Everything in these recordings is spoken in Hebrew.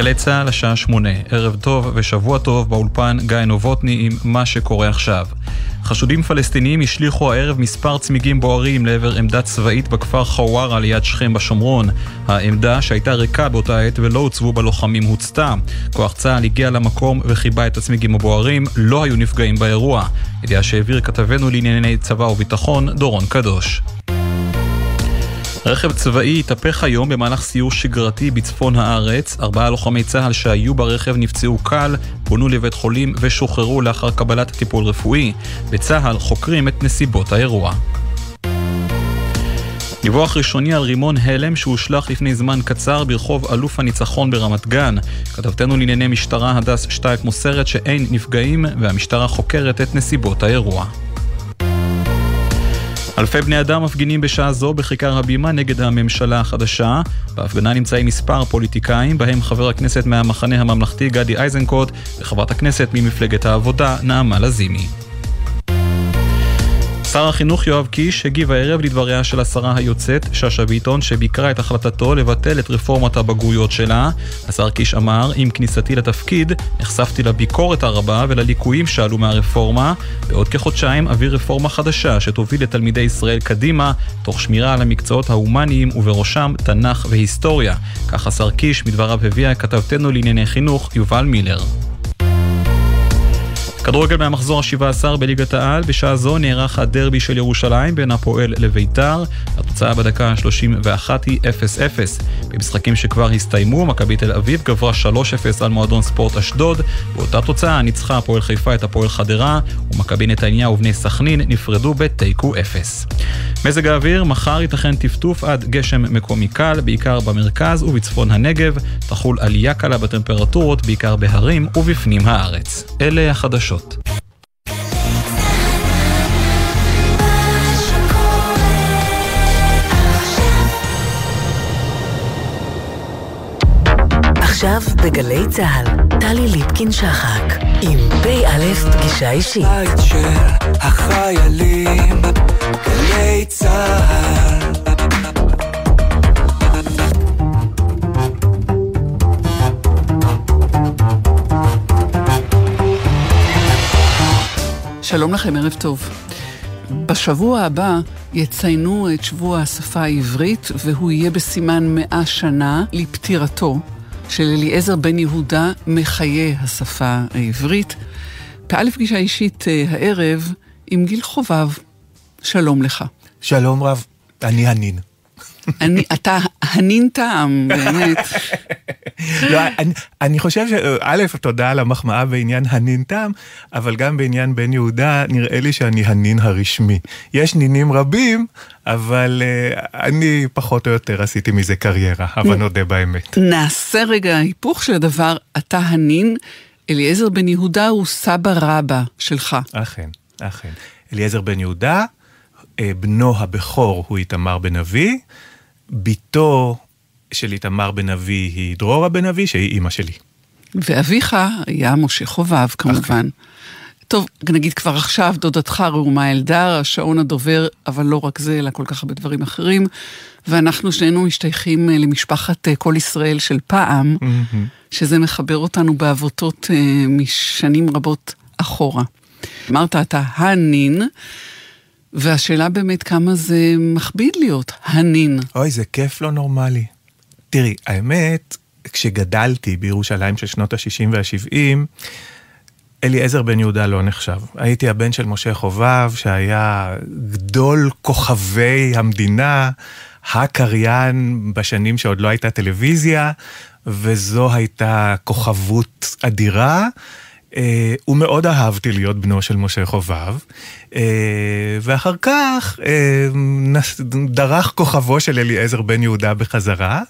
גלי צהל השעה 8, ערב טוב ושבוע טוב באולפן גיא נובוטני עם מה שקורה עכשיו. חשודים פלסטינים השליחו הערב מספר צמיגים בוערים לעבר עמדה צבאית בכפר חווארה ליד שכם בשומרון. העמדה שהייתה ריקה באותה עת ולא הוצבו בלוחמים הוצתה. כוח צה"ל הגיע למקום וחיבה את הצמיגים הבוערים, לא היו נפגעים באירוע. ידיעה שהעביר כתבנו לענייני צבא וביטחון דורון קדוש. רכב צבאי התהפך היום במהלך סיור שגרתי בצפון הארץ. 4 לוחמי צה"ל שהיו ברכב נפצעו קל, פונו לבית חולים ושוחררו לאחר קבלת טיפול רפואי. בצה"ל חוקרים את נסיבות האירוע. דיווח ראשוני על רימון הלם שהושלח לפני זמן קצר ברחוב אלוף הניצחון ברמת גן. כתבתנו לענייני משטרה הדס שטייק מוסרת שאין נפגעים והמשטרה חוקרת את נסיבות האירוע. אלפי בני אדם מפגינים בשעה זו בכיכר הבימה נגד הממשלה החדשה. בהפגנה נמצאים מספר פוליטיקאים, בהם חבר הכנסת מהמחנה הממלכתי גדי איזנקוט וחברת הכנסת ממפלגת העבודה נעמה לזימי. שר החינוך יואב קיש הגיב הערב לדבריה של השרה היוצאת שאשא ביטון שביקרה את החלטתו לבטל את רפורמת הבגרויות שלה. השר קיש אמר, עם כניסתי לתפקיד נחשפתי לביקורת הרבה ולליקויים שעלו מהרפורמה. בעוד כחודשיים אביא רפורמה חדשה שתוביל לתלמידי ישראל קדימה תוך שמירה על המקצועות ההומניים ובראשם תנ"ך והיסטוריה. כך השר קיש מדבריו הביאה כתבתנו לענייני חינוך יובל מילר. כדורגל מהמחזור ה-17 בליגת העל, בשעה זו נערך הדרבי של ירושלים בין הפועל לביתר. התוצאה בדקה ה-31 היא 0-0. במשחקים שכבר הסתיימו, מכבי תל אביב גברה 3-0 על מועדון ספורט אשדוד. באותה תוצאה ניצחה הפועל חיפה את הפועל חדרה, ומכבי נתניה ובני סכנין נפרדו בתיקו 0. מזג האוויר, מחר ייתכן טפטוף עד גשם מקומי קל, בעיקר במרכז ובצפון הנגב. תחול עלייה קלה בטמפרטורות, בעיקר בהרים ובפנים הארץ. אלה החדשות. עכשיו בגלי צהל, טלי ליפקין שחק עם פ"א פגישה אישית. בית של החיילים, גלי צהל. שלום לכם, ערב טוב. בשבוע הבא יציינו את שבוע השפה העברית, והוא יהיה בסימן 100 שנה לפטירתו של אליעזר בן יהודה מחיי השפה העברית. פ"א פגישה אישית הערב עם גיל חובב. שלום לך. שלום רב, אני הנין. אתה הנין טעם, באמת. לא, אני חושב שא', תודה על המחמאה בעניין הנין טעם, אבל גם בעניין בן יהודה נראה לי שאני הנין הרשמי. יש נינים רבים, אבל אני פחות או יותר עשיתי מזה קריירה, אבל נודה באמת. נעשה רגע היפוך של הדבר, אתה הנין, אליעזר בן יהודה הוא סבא רבא שלך. אכן. אליעזר בן יהודה, בנו הבכור הוא איתמר בן אבי, ביתו של איתמר בן אבי היא דרורה בן אבי, שהיא אימא שלי. ואביך היה משה חובב, כמובן. טוב, נגיד כבר עכשיו, דודתך ראומה אלדר, השעון הדובר, אבל לא רק זה, אלא כל כך הרבה דברים אחרים, ואנחנו שנינו משתייכים למשפחת כל ישראל של פעם, שזה מחבר אותנו בעבותות משנים רבות אחורה. אמרת, אתה הנין, והשאלה באמת כמה זה מכביד להיות הנין. אוי, זה כיף לא נורמלי. תראי, האמת, כשגדלתי בירושלים של שנות ה-60 וה-70, אליעזר בן יהודה לא נחשב. הייתי הבן של משה חובב, שהיה גדול כוכבי המדינה, הקריין בשנים שעוד לא הייתה טלוויזיה, וזו הייתה כוכבות אדירה, ומאוד אהבתי להיות בנו של משה חובב, ואחר כך דרך כוכבו של אליעזר בן יהודה בחזרה.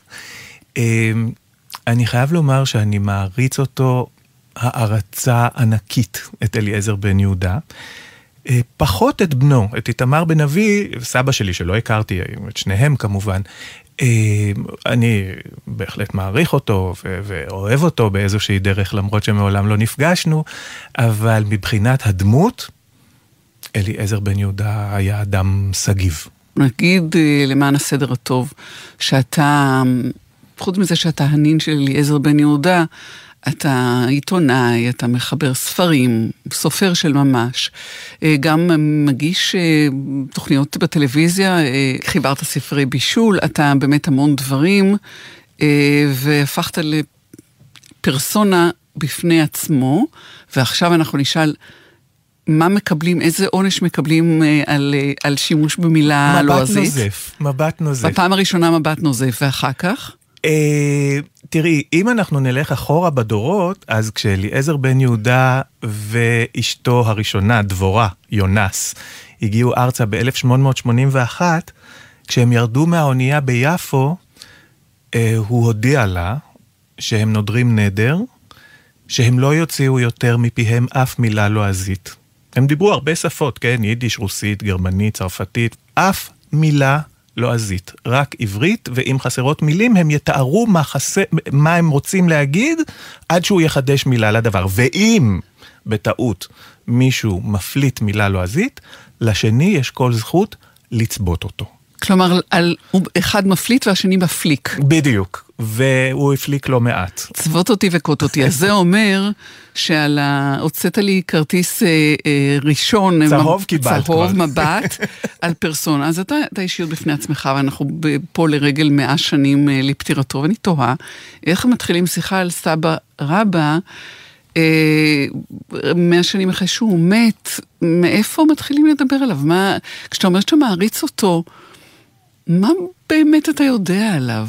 אני חייב לומר שאני מעריץ אותו הערצה ענקית, את אליעזר בן יהודה, פחות את בנו, את איתמר בן אבי, סבא שלי שלא הכרתי, את שניהם כמובן, אני בהחלט מעריך אותו ואוהב אותו באיזושהי דרך, למרות שמעולם לא נפגשנו, אבל מבחינת הדמות, אליעזר בן יהודה היה אדם סגיב. נגיד למען הסדר הטוב, שאתה חוץ מזה שאתה הנין של אליעזר בן יהודה, אתה עיתונאי, אתה מחבר ספרים, סופר של ממש, גם מגיש תוכניות בטלוויזיה, חיברת ספרי בישול, אתה באמת המון דברים, והפכת לפרסונה בפני עצמו, ועכשיו אנחנו נשאל מה מקבלים, איזה עונש מקבלים על שימוש במילה לועזית? מבט נוזף. בפעם הראשונה מבט נוזף, ואחר כך? תראי, אם אנחנו נלך אחורה בדורות, אז כשאליעזר בן יהודה ואשתו הראשונה, דבורה, יונס, הגיעו ארצה ב-1881, כשהם ירדו מהאונייה ביפו, הוא הודיע לה שהם נודרים נדר, שהם לא יוציאו יותר מפיהם אף מילה לועזית. הם דיברו הרבה שפות, כן? יידיש, רוסית, גרמנית, צרפתית, אף מילה לועזית, רק עברית, ואם חסרות מילים, הם יתארו מה הם רוצים להגיד, עד שהוא יחדש מילה לדבר. ואם בטעות מישהו מפליט מילה לועזית, לשני יש כל זכות לצבות אותו. כלומר, אחד מפליט והשני מפליק. בדיוק, והוא הפליק לא מעט. צבות אותי וקוט אותי. אז זה אומר הוצאת לי כרטיס ראשון, צהוב קיבלת כבר. צהוב מבט על פרסונה. אז אתה אישיות בפני עצמך, ואנחנו פה לרגל 100 שנים לפטירתו, ואני תוהה, איך מתחילים שיחה על סבא רבא, 100 שנים אחרי שהוא מת, מאיפה מתחילים לדבר עליו? כשאתה אומר שאתה מעריץ אותו, מה באמת אתה יודע עליו?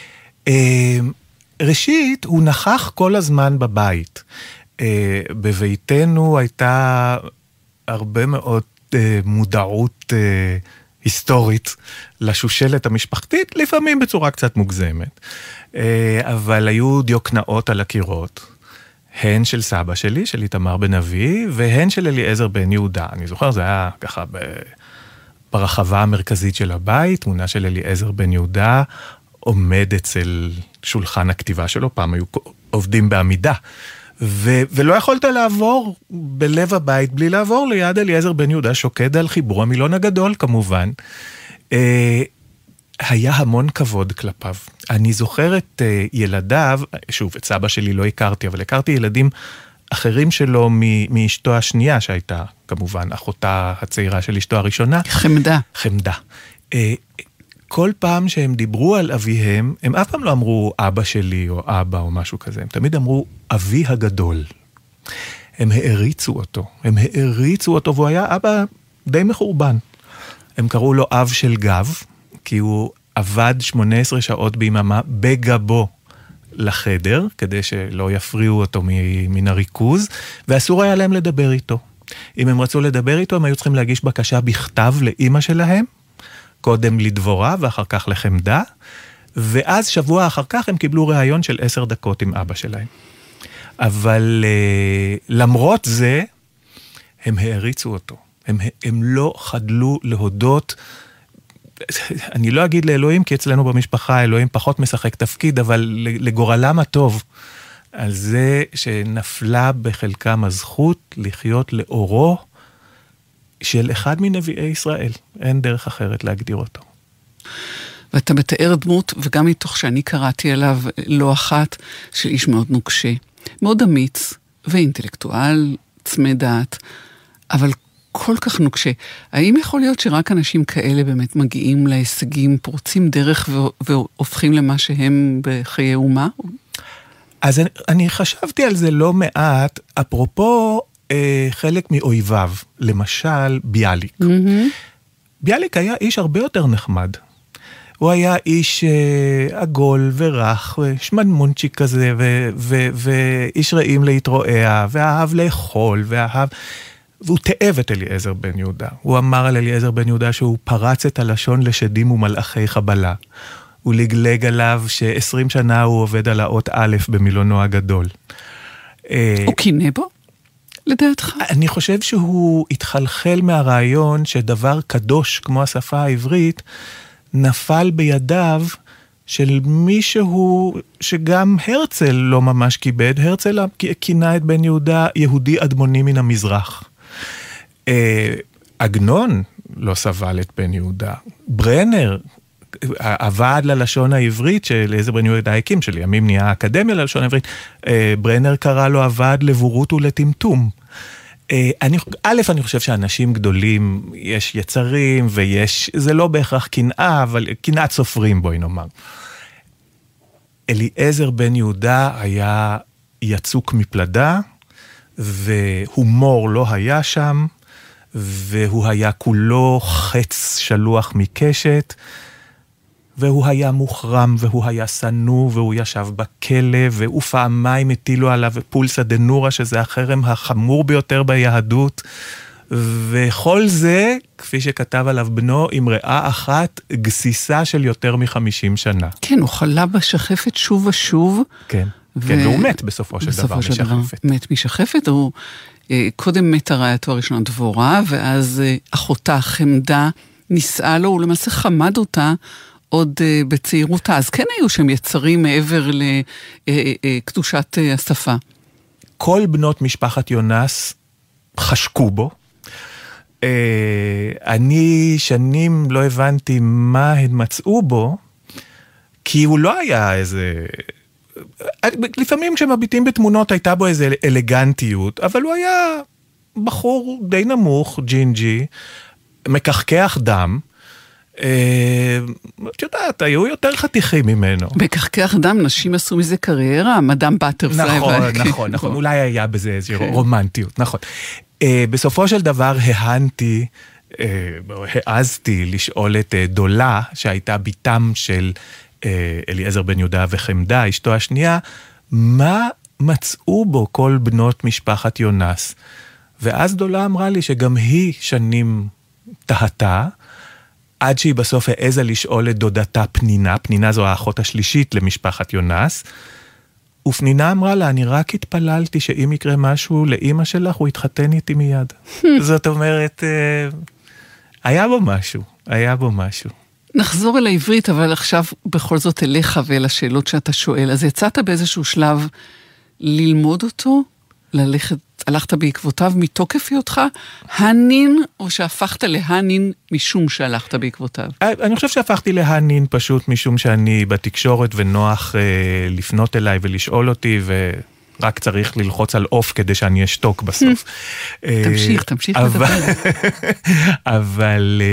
ראשית, הוא נכח כל הזמן בבית. בביתנו הייתה הרבה מאוד מודעות היסטורית לשושלת המשפחתית, לפעמים בצורה קצת מוגזמת. אבל היו דיוקנאות על הקירות, הן של סבא שלי, של איתמר בן אבי, והן של אליעזר בן יהודה. אני זוכר, זה היה ככה ברחבה המרכזית של הבית, תמונה של אליעזר בן יהודה, עומד אצל שולחן הכתיבה שלו, פעם היו עובדים בעמידה, ולא יכולת לעבור בלב הבית, בלי לעבור ליד אליעזר בן יהודה, שוקד על חיבור המילון הגדול כמובן. היה המון כבוד כלפיו. אני זוכר את ילדיו, שוב, את סבא שלי לא הכרתי, אבל הכרתי ילדים אחרים שלו מאשתו השנייה, שהייתה כמובן אחותה הצעירה של אשתו הראשונה. חמדה. חמדה. כל פעם שהם דיברו על אביהם, הם אף פעם לא אמרו אבא שלי או אבא או משהו כזה, הם תמיד אמרו אבי הגדול. הם העריצו אותו, והוא היה אבא די מחורבן. הם קראו לו אב של גב, כי הוא עבד 18 שעות ביממה בגבו לחדר, כדי שלא יפריעו אותו מן הריכוז, ואסור היה להם לדבר איתו. אם הם רצו לדבר איתו, הם היו צריכים להגיש בקשה בכתב לאמא שלהם, קודם לדבורה ואחר כך לחמדה, ואז שבוע אחר כך הם קיבלו ראיון של 10 דקות עם אבא שלהם. אבל למרות זה, הם העריצו אותו. הם לא חדלו להודות, אני לא אגיד לאלוהים, כי אצלנו במשפחה אלוהים פחות משחק תפקיד, אבל לגורלם הטוב, על זה שנפלה בחלקם הזכות לחיות לאורו של אחד מנביאי ישראל. אין דרך אחרת להגדיר אותו. ואתה מתאר דמות, וגם מתוך שאני קראתי עליו לא אחת, של איש מאוד נוקשה, מאוד אמיץ ואינטלקטואל, צמא דעת, אבל כל כך נוקשה. האם יכול להיות שרק אנשים כאלה באמת מגיעים להישגים, פורצים דרך והופכים למה שהם בחיי אומה? אז אני חשבתי על זה לא מעט, אפרופו חלק מאויביו, למשל ביאליק. ביאליק היה איש הרבה יותר נחמד. הוא היה איש עגול ורך, שמנמונצ'יק כזה, ואיש רעים להתרועע, ואהב לאכול, והוא תאב את אליעזר בן יהודה. הוא אמר על אליעזר בן יהודה שהוא פרץ את הלשון לשדים ומלאכי חבלה. הוא לגלג עליו ש20 שנה הוא עובד על האות א' במילונו הגדול. הוא קינא בו? לדעתך? אני חושב שהוא התחלחל מהרעיון שדבר קדוש כמו השפה העברית נפל בידיו של מישהו שגם הרצל לא ממש כיבד. הרצל כינה את בן יהודה יהודי אדמוני מן המזרח. עגנון לא סבל את בן יהודה. ברנר הוועד ללשון העברית שאליעזר ברנר יהודה הקים, שלימים נהיה האקדמיה ללשון העברית, ברנר קרא לו הוועד לבורות ולטמטום. אני חושב שאנשים גדולים, יש יצרים ויש, זה לא בהכרח קנאה, אבל קנאת סופרים, בואי נאמר. אליעזר בן יהודה היה יצוק מפלדה, והומור לא היה שם, והוא היה כולו חץ שלוח מקשת, והוא היה מוחרם, והוא היה סנוע, והוא ישב בכלא, והוא פעמיים הטילו עליו פולסא דנורא, שזה החרם החמור ביותר ביהדות, וכל זה, כפי שכתב עליו בנו, עם ריאה אחת, גסיסה של יותר מ-50 שנה. כן, הוא חלה בשחפת שוב ושוב. כן, והוא מת בסופו של דבר משחפת. מת משחפת, הוא קודם מת רעייתו הראשונה דבורה, ואז אחותה חמדה נישאה לו, הוא למעשה חמד אותה, עוד בצעירותה, אז כן היו שם יצרים מעבר לקדושת השפה. כל בנות משפחת יונס חשקו בו. אני שנים לא הבנתי מה הן מצאו בו, כי הוא לא היה איזה... לפעמים כשמביטים בתמונות הייתה בו איזה אלגנטיות, אבל הוא היה בחור די נמוך, ג'ינג'י, מקחקח דם, את יודעת, היו יותר חתיכים ממנו. בקחקח דם, נשים עשו מזה קריירה, מדאם בטרפליי. נכון, אולי היה בזה איזו רומנטיות, נכון. בסופו של דבר העזתי לשאול את דולה, שהייתה ביתם של אליעזר בן יהודה וחמדה, אשתו השנייה, מה מצאו בו כל בנות משפחת יונס? ואז דולה אמרה לי שגם היא שנים תהתה, עד שהיא בסוף העזה לשאול את דודתה פנינה, פנינה זו האחות השלישית למשפחת יונס, ופנינה אמרה לה, אני רק התפללתי שאם יקרה משהו לאמא שלך, הוא יתחתן איתי מיד. זאת אומרת, היה בו משהו. נחזור אל העברית, אבל עכשיו בכל זאת אליך ואל השאלות שאתה שואל. אז יצאת באיזשהו שלב ללמוד אותו, הלכת בעקבותיו מתוקף היותך הנין, או שהפכת להנין משום שהלכת בעקבותיו? אני חושב שהפכתי להנין פשוט משום שאני בתקשורת ונוח לפנות אליי ולשאול אותי, ורק צריך ללחוץ על אוף כדי שאני אשתוק בסוף. תמשיך לדבר. אבל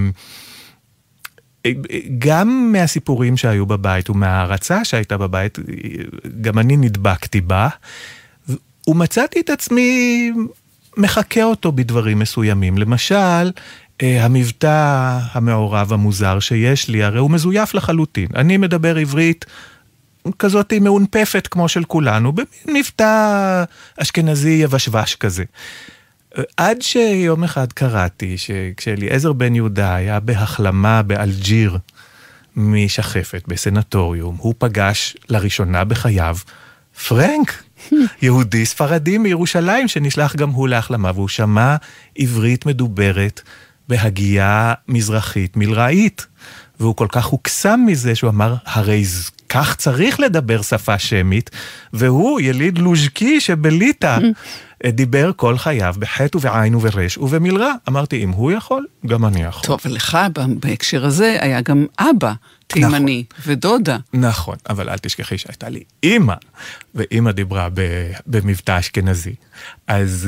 גם מהסיפורים שהיו בבית ומההרצה שהייתה בבית, גם אני נדבקתי בה, ומצאתי את עצמי מחכה אותו בדברים מסוימים. למשל, המבטא המעורב המוזר שיש לי, הרי הוא מזויף לחלוטין. אני מדבר עברית כזאת מאונפפת כמו של כולנו, במבטא אשכנזי יבשבש כזה. עד שיום אחד קראתי שכשאליעזר בן יהודה היה בהחלמה באלג'יר משחפת בסנטוריום, הוא פגש לראשונה בחייו פרנק, יהודי ספרדי מירושלים, שנשלח גם הוא להחלמה, והוא שמע עברית מדוברת בהגייה מזרחית מלראית, והוא כל כך הוקסם מזה שהוא אמר, הרי כך צריך לדבר שפה שמית, והוא יליד לוז'קי שבליטה, דיבר כל חייו בחטא ובעין וברש ובמלרע. אמרתי, אם הוא יכול, גם אני יכול. טוב, לך בהקשר הזה היה גם אבא תימני ודודה. נכון, אבל אל תשכחי שהייתה לי אמא, ואמא דיברה במבטא אשכנזי. אז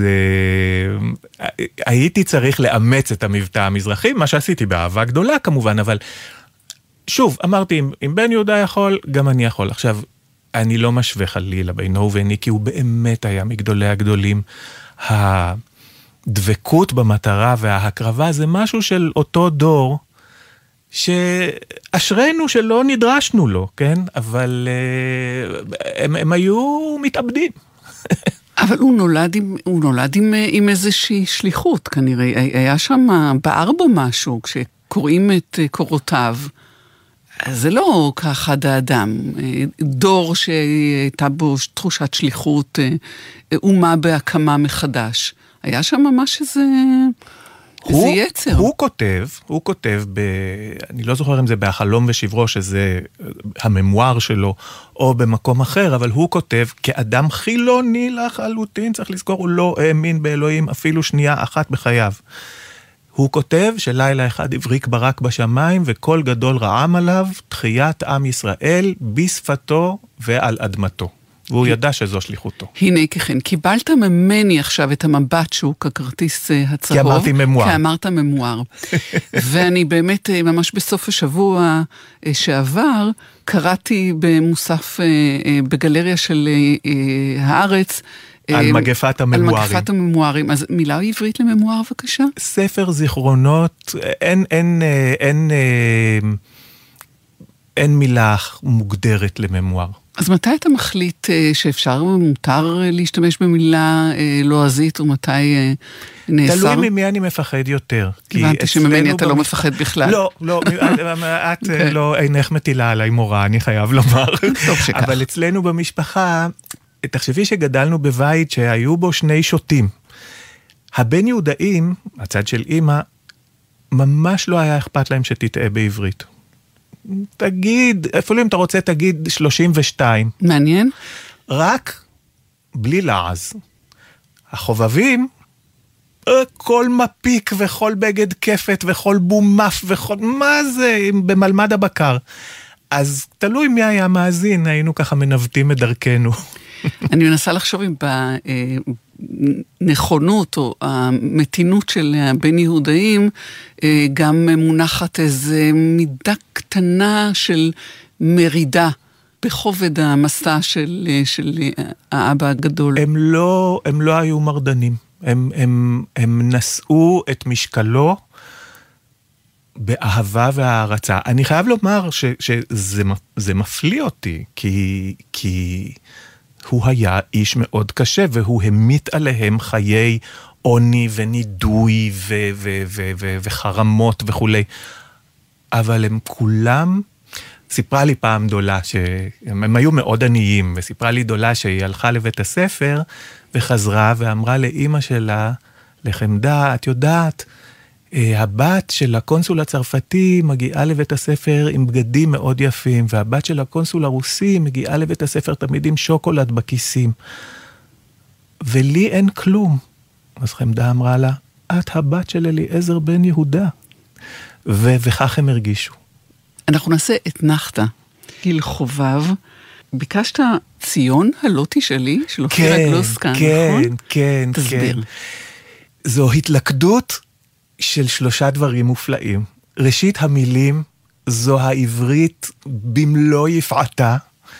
הייתי צריך לאמץ את המבטא המזרחי, מה שעשיתי באהבה גדולה כמובן, אבל שוב, אמרתי, אם בן יהודה יכול, גם אני יכול. עכשיו, אני לא משווה חלילה בינו וביני, כי הוא באמת היה מגדולי הגדולים. הדבקות במטרה וההקרבה זה משהו של אותו דור, שאשרנו שלא נדרשנו לו, כן? אבל הם היו מתאבדים. אבל הוא נולד עם איזושהי שליחות, כנראה. היה שם, בער בו משהו, כשקוראים את קורותיו, זה לא ככה האדם, דור שהייתה בו תחושת שליחות, אומה בהקמה מחדש. היה שם ממש איזה יצר. הוא כותב, אני לא זוכר אם זה בהחלום ושברו, שזה הממואר שלו, או במקום אחר, אבל הוא כותב, כאדם חילוני לחלוטין, צריך לזכור, הוא לא האמין באלוהים אפילו שנייה אחת בחייו. הוא כותב שלילה אחד הבריק ברק בשמיים, וכל גדול רעם עליו, תחיית עם ישראל בשפתו ועל אדמתו. והוא ידע שזו שליחותו. הנה כן, קיבלת ממני עכשיו את המבט שהוא ככרטיס הצהוב. כי אמרתי ממואר. כי אמרת ממואר. ואני באמת, ממש בסוף השבוע שעבר, קראתי במוסף, בגלריה של הארץ, על מגפת הממוארים. על מגפת הממוארים. אז מילה עברית לממואר, בבקשה? ספר זיכרונות, אין מילה מוגדרת לממואר. אז מתי אתה מחליט שאפשר ומותר להשתמש במילה לועזית, ומתי נאסר? תלוי ממי אני מפחד יותר. הבנתי שממני אתה לא מפחד בכלל. לא, את לא אינך מטילה עליי מורה, אני חייב לומר. טוב שכך. אבל אצלנו במשפחה, תחשבי שגדלנו בבית שהיו בו שני שוטים. הבן יהודאים, הצד של אמא, ממש לא היה אכפת להם שתטעה בעברית. תגיד, אפילו אם אתה רוצה תגיד 32. מעניין. רק בלי לעז. החובבים, כל מפיק וכל בגד כפת וכל בומף וכל, מה זה, במלמד הבקר. אז תלוי מי היה מאזין, היינו ככה מנווטים את דרכנו. אני מנסה לחשוב אם בנכונות או המתינות של הבן יהודאים, גם מונחת איזו מידה קטנה של מרידה בכובד המסע של האבא הגדול. הם לא היו מרדנים. הם נשאו את משקלו באהבה והערצה. אני חייב לומר שזה מפליא אותי, כי הוא היה איש מאוד קשה, והוא המיט עליהם חיי עוני ונידוי וחרמות וכו'. אבל הם כולם, סיפרה לי פעם דולה, שהם היו מאוד עניים, וסיפרה לי דולה שהיא הלכה לבית הספר, וחזרה ואמרה לאמא שלה, לחמדה, את יודעת, הבת של הקונסול הצרפתי מגיעה לבית הספר עם בגדים מאוד יפים, והבת של הקונסול הרוסי מגיעה לבית הספר תמיד עם שוקולד בכיסים. ולי אין כלום. אז חמדה אמרה לה, את הבת של אליעזר בן יהודה. וכך הם הרגישו. אנחנו נעשה אתנחתא, גיל חובב. ביקשת ציון הלא תשאלי, של אופירה גלוסקה, נכון? כן. תסביר. זו התלכדות של 3 דברים מופלאים. ראשית, המילים, זו העברית במלוא יפעתה.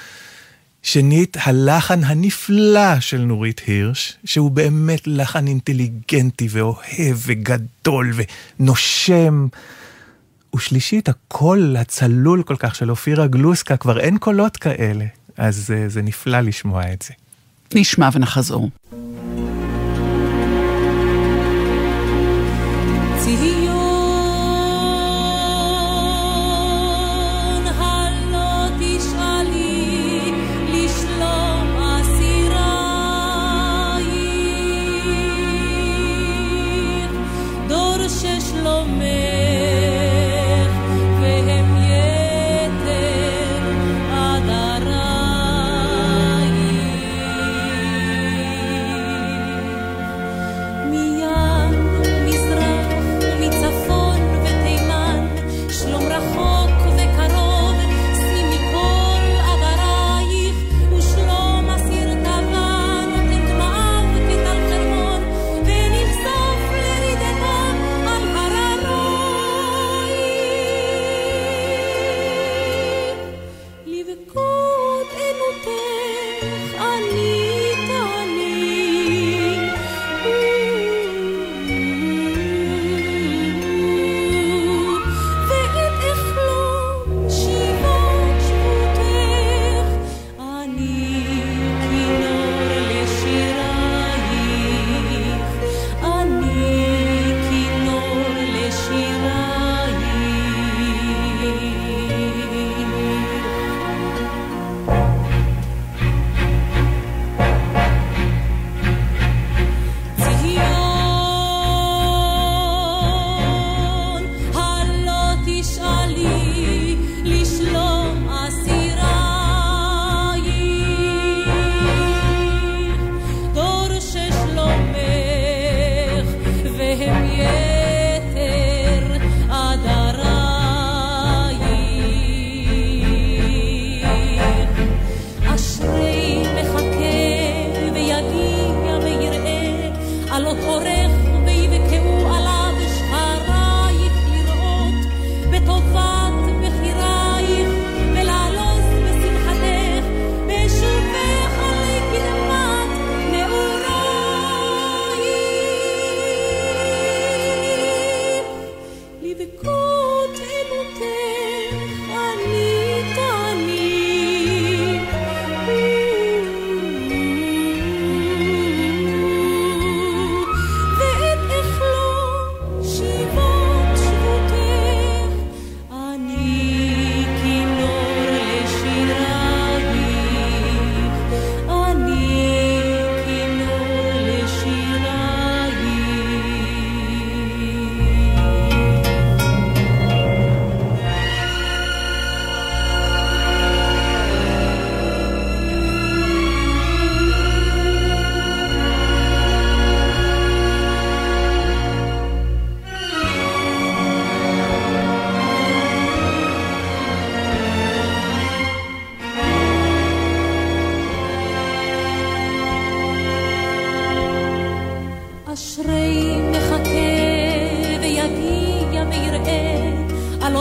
שנית, הלחן הנפלא של נורית הירש, שהוא באמת לחן אינטליגנטי ואוהב וגדול ונושם. ושלישית, הקול הצלול כל כך של אופירה גלוסקה, כבר אין קולות כאלה. אז זה נפלא לשמוע את זה. נשמע ונחזור. על הררות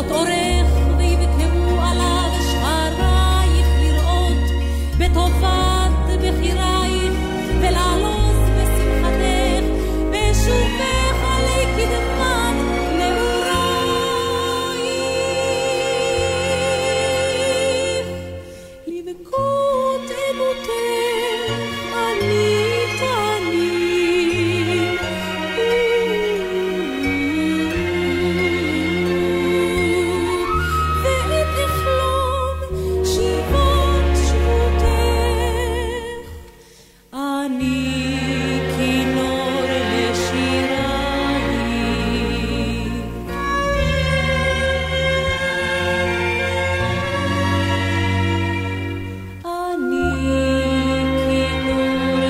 לעשות עורך ויבקרו עליו שחרייך לראות בטובת בחירייך ולעלוז בשמחתך בשובך עלי קדמת נעורייך לבכות אמותך אני תעני ואת אחלום שיבות שבותך אני כינור לשירייך אני כינור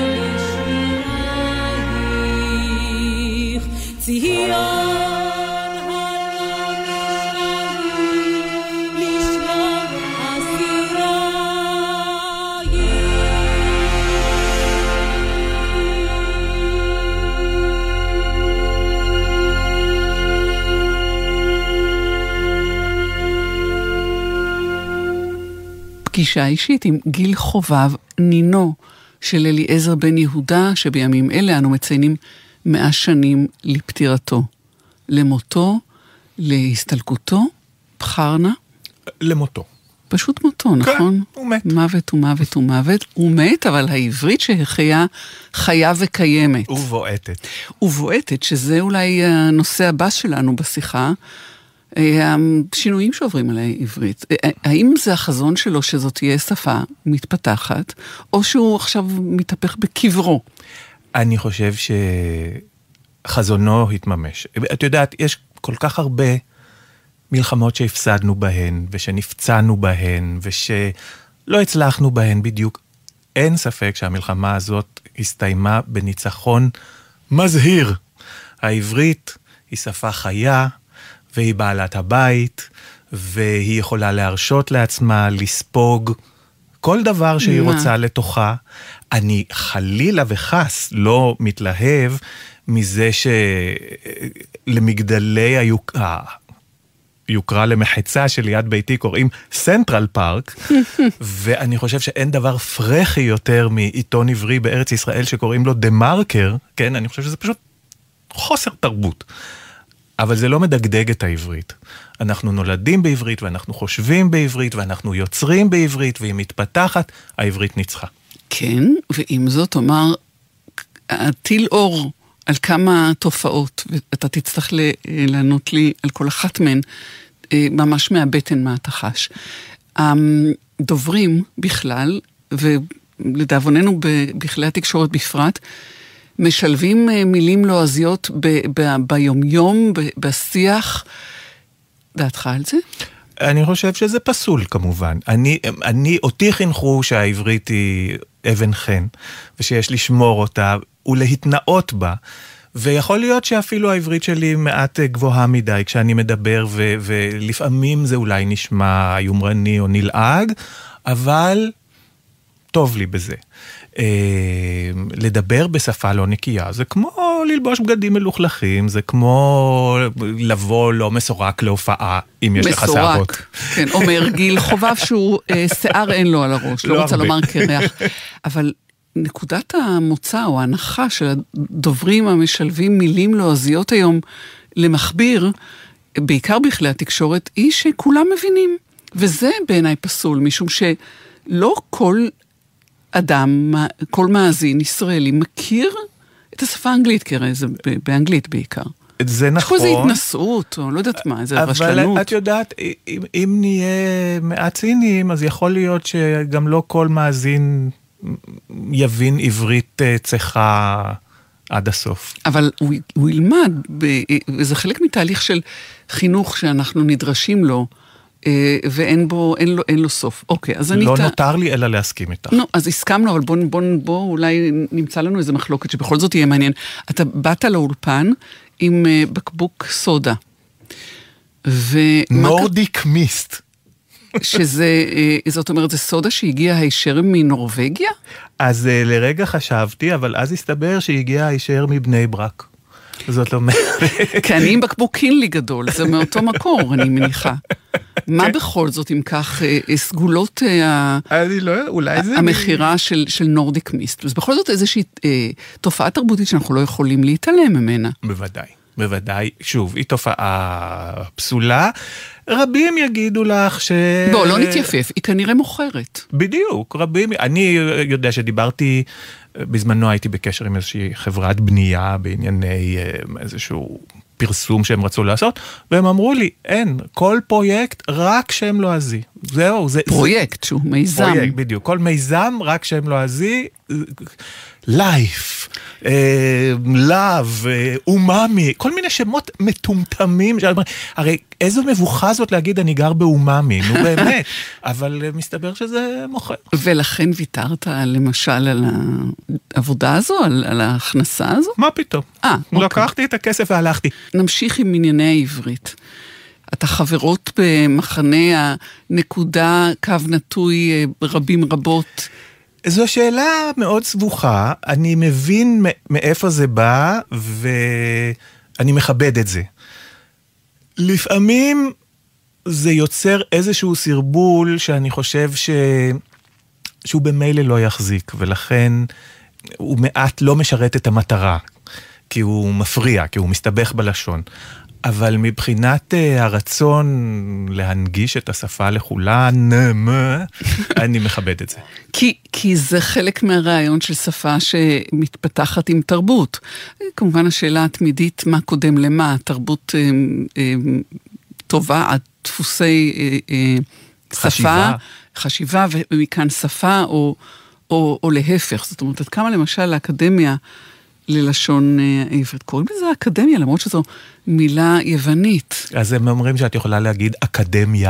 לשירייך ציון הלא משלבי לשלום פגישה אישית עם גיל חובב, נינו של אליעזר בן יהודה, שבימים אלה אנו מציינים 100 שנים לפטירתו. למותו, להסתלקותו, בחרנה, למותו. פשוט מותו, נכון? הוא מת. מוות ומוות ומוות. הוא מת, אבל העברית שהחיה חיה וקיימת. ובועטת. ובועטת, שזה אולי הנושא הבא שלנו בשיחה, השינויים שעוברים על העברית. האם זה החזון שלו שזאת תהיה שפה מתפתחת, או שהוא עכשיו מתהפך בקברו? אני חושב שחזונו התממש. את יודעת, יש כל כך הרבה מלחמות שהפסדנו בהן, ושנפצענו בהן, ושלא הצלחנו בהן בדיוק. אין ספק שהמלחמה הזאת הסתיימה בניצחון מזהיר. העברית היא שפה חיה, והיא בעלת הבית, והיא יכולה להרשות לעצמה, לספוג כל דבר שהיא רוצה לתוכה. אני חלילה וחס לא מתלהב מזה שלמגדלי היוקרה למחצה שליד ביתי קוראים סנטרל פארק, ואני חושב שאין דבר פרחי יותר מעיתון עברי בארץ ישראל שקוראים לו דה מרקר, כן? אני חושב שזה פשוט חוסר תרבות. אבל זה לא מדגדג את העברית. אנחנו נולדים בעברית, ואנחנו חושבים בעברית, ואנחנו יוצרים בעברית, והיא מתפתחת, העברית ניצחה. כן, ועם זאת אומר, הטיל אור על כמה תופעות, ואתה תצטרך לענות לי על כל אחת מהן, ממש מהבטן מה אתה חש. הדוברים בכלל, ולדאבוננו בכלי התקשורת בפרט, משלבים מילים לועזיות ביומיום, בשיח. דעתך על זה? אני חושב שזה פסול כמובן. אותי חינכו שהעברית היא אבן חן, ושיש לשמור אותה ולהתנאות בה, ויכול להיות שאפילו העברית שלי מעט גבוהה מדי כשאני מדבר, ולפעמים זה אולי נשמע יומרני או נלעג, אבל טוב לי בזה. לדבר בשפה לא נקייה, זה כמו ללבוש בגדים מלוכלכים, זה כמו לבוא לא מסורק להופעה, אם יש לך שערות. כן, אומר גיל חובב שהוא שיער אין לו על הראש, לא רוצה לומר קרח, אבל נקודת המוצא או ההנחה של הדוברים המשלבים מילים לועזיות היום למכביר, בעיקר בכלי התקשורת, היא שכולם מבינים, וזה בעיניי פסול, משום שלא כל אדם, כל מאזין ישראלי מכיר את השפה האנגלית, כי הרי זה באנגלית בעיקר. זה נכון. יש פה איזו התנסות, או לא יודעת מה, איזו רשלנות. אבל את יודעת, אם נהיה מעט ציניים, אז יכול להיות שגם לא כל מאזין יבין עברית צחה עד הסוף. אבל הוא ילמד, וזה חלק מתהליך של חינוך שאנחנו נדרשים לו, ואין לו סוף. אוקיי, אז אני... לא נותר לי אלא להסכים איתך. לא, אז הסכמנו, אבל בוא אולי נמצא לנו איזה מחלוקת שבכל זאת יהיה מעניין. אתה באת לאולפן עם בקבוק סודה. נורדיק מיסט. זאת אומרת, זה סודה שהגיע הישר מנורווגיה? אז לרגע חשבתי, אבל אז הסתבר שהגיע הישר מבני ברק. זאת אומרת... כי אני עם בקבוק קינלי גדול, זה מאותו מקור, אני מניחה. מה בכל זאת, אם כך, סגולות אני לא, אולי זה... המחירה של נורדיק מיסט. אז בכל זאת איזושהי תופעה תרבותית שאנחנו לא יכולים להתעלם ממנה. בוודאי, בוודאי. שוב, היא תופעה פסולה. רבים יגידו לך ש... בוא, לא נתייפף, היא כנראה מוכרת. בדיוק, רבים. אני יודע שדיברתי, בזמנו הייתי בקשר עם איזושהי חברת בנייה בענייני איזשהו פרסום שהם רצו לעשות, והם אמרו לי, אין, כל פרויקט רק שם לועזי. זהו, זה... פרויקט שהוא מיזם. פרויקט, בדיוק. כל מיזם רק שם לועזי, לייף, לב, אוממי, כל מיני שמות מטומטמים, הרי איזו מבוכה זאת להגיד אני גר באוממי, נו באמת, אבל מסתבר שזה מוכר. ולכן ויתרת למשל על העבודה הזו, על ההכנסה הזו? מה פתאום? לקחתי את הכסף והלכתי. נמשיך עם ענייני העברית. אתה חברות במחנה הנקודה, קו נטוי, רבים רבות. זו שאלה מאוד סבוכה, אני מבין מאיפה זה בא, ואני מכבד את זה. לפעמים זה יוצר איזשהו סרבול שאני חושב שהוא במילא לא יחזיק, ולכן הוא מעט לא משרת את המטרה, כי הוא מפריע, כי הוא מסתבך בלשון. אבל מבחינת הרצון להנגיש את השפה לכולן, אני מכבד את זה. כי זה חלק מהרעיון של שפה שמתפתחת עם תרבות. כמובן השאלה התמידית, מה קודם למה? תרבות טובה, דפוסי שפה, חשיבה ומכאן שפה, או להפך. זאת אומרת, עד כמה למשל האקדמיה ללשון עברית. קוראים לזה אקדמיה, למרות שזו מילה יוונית. אז הם אומרים שאת יכולה להגיד אקדמיה.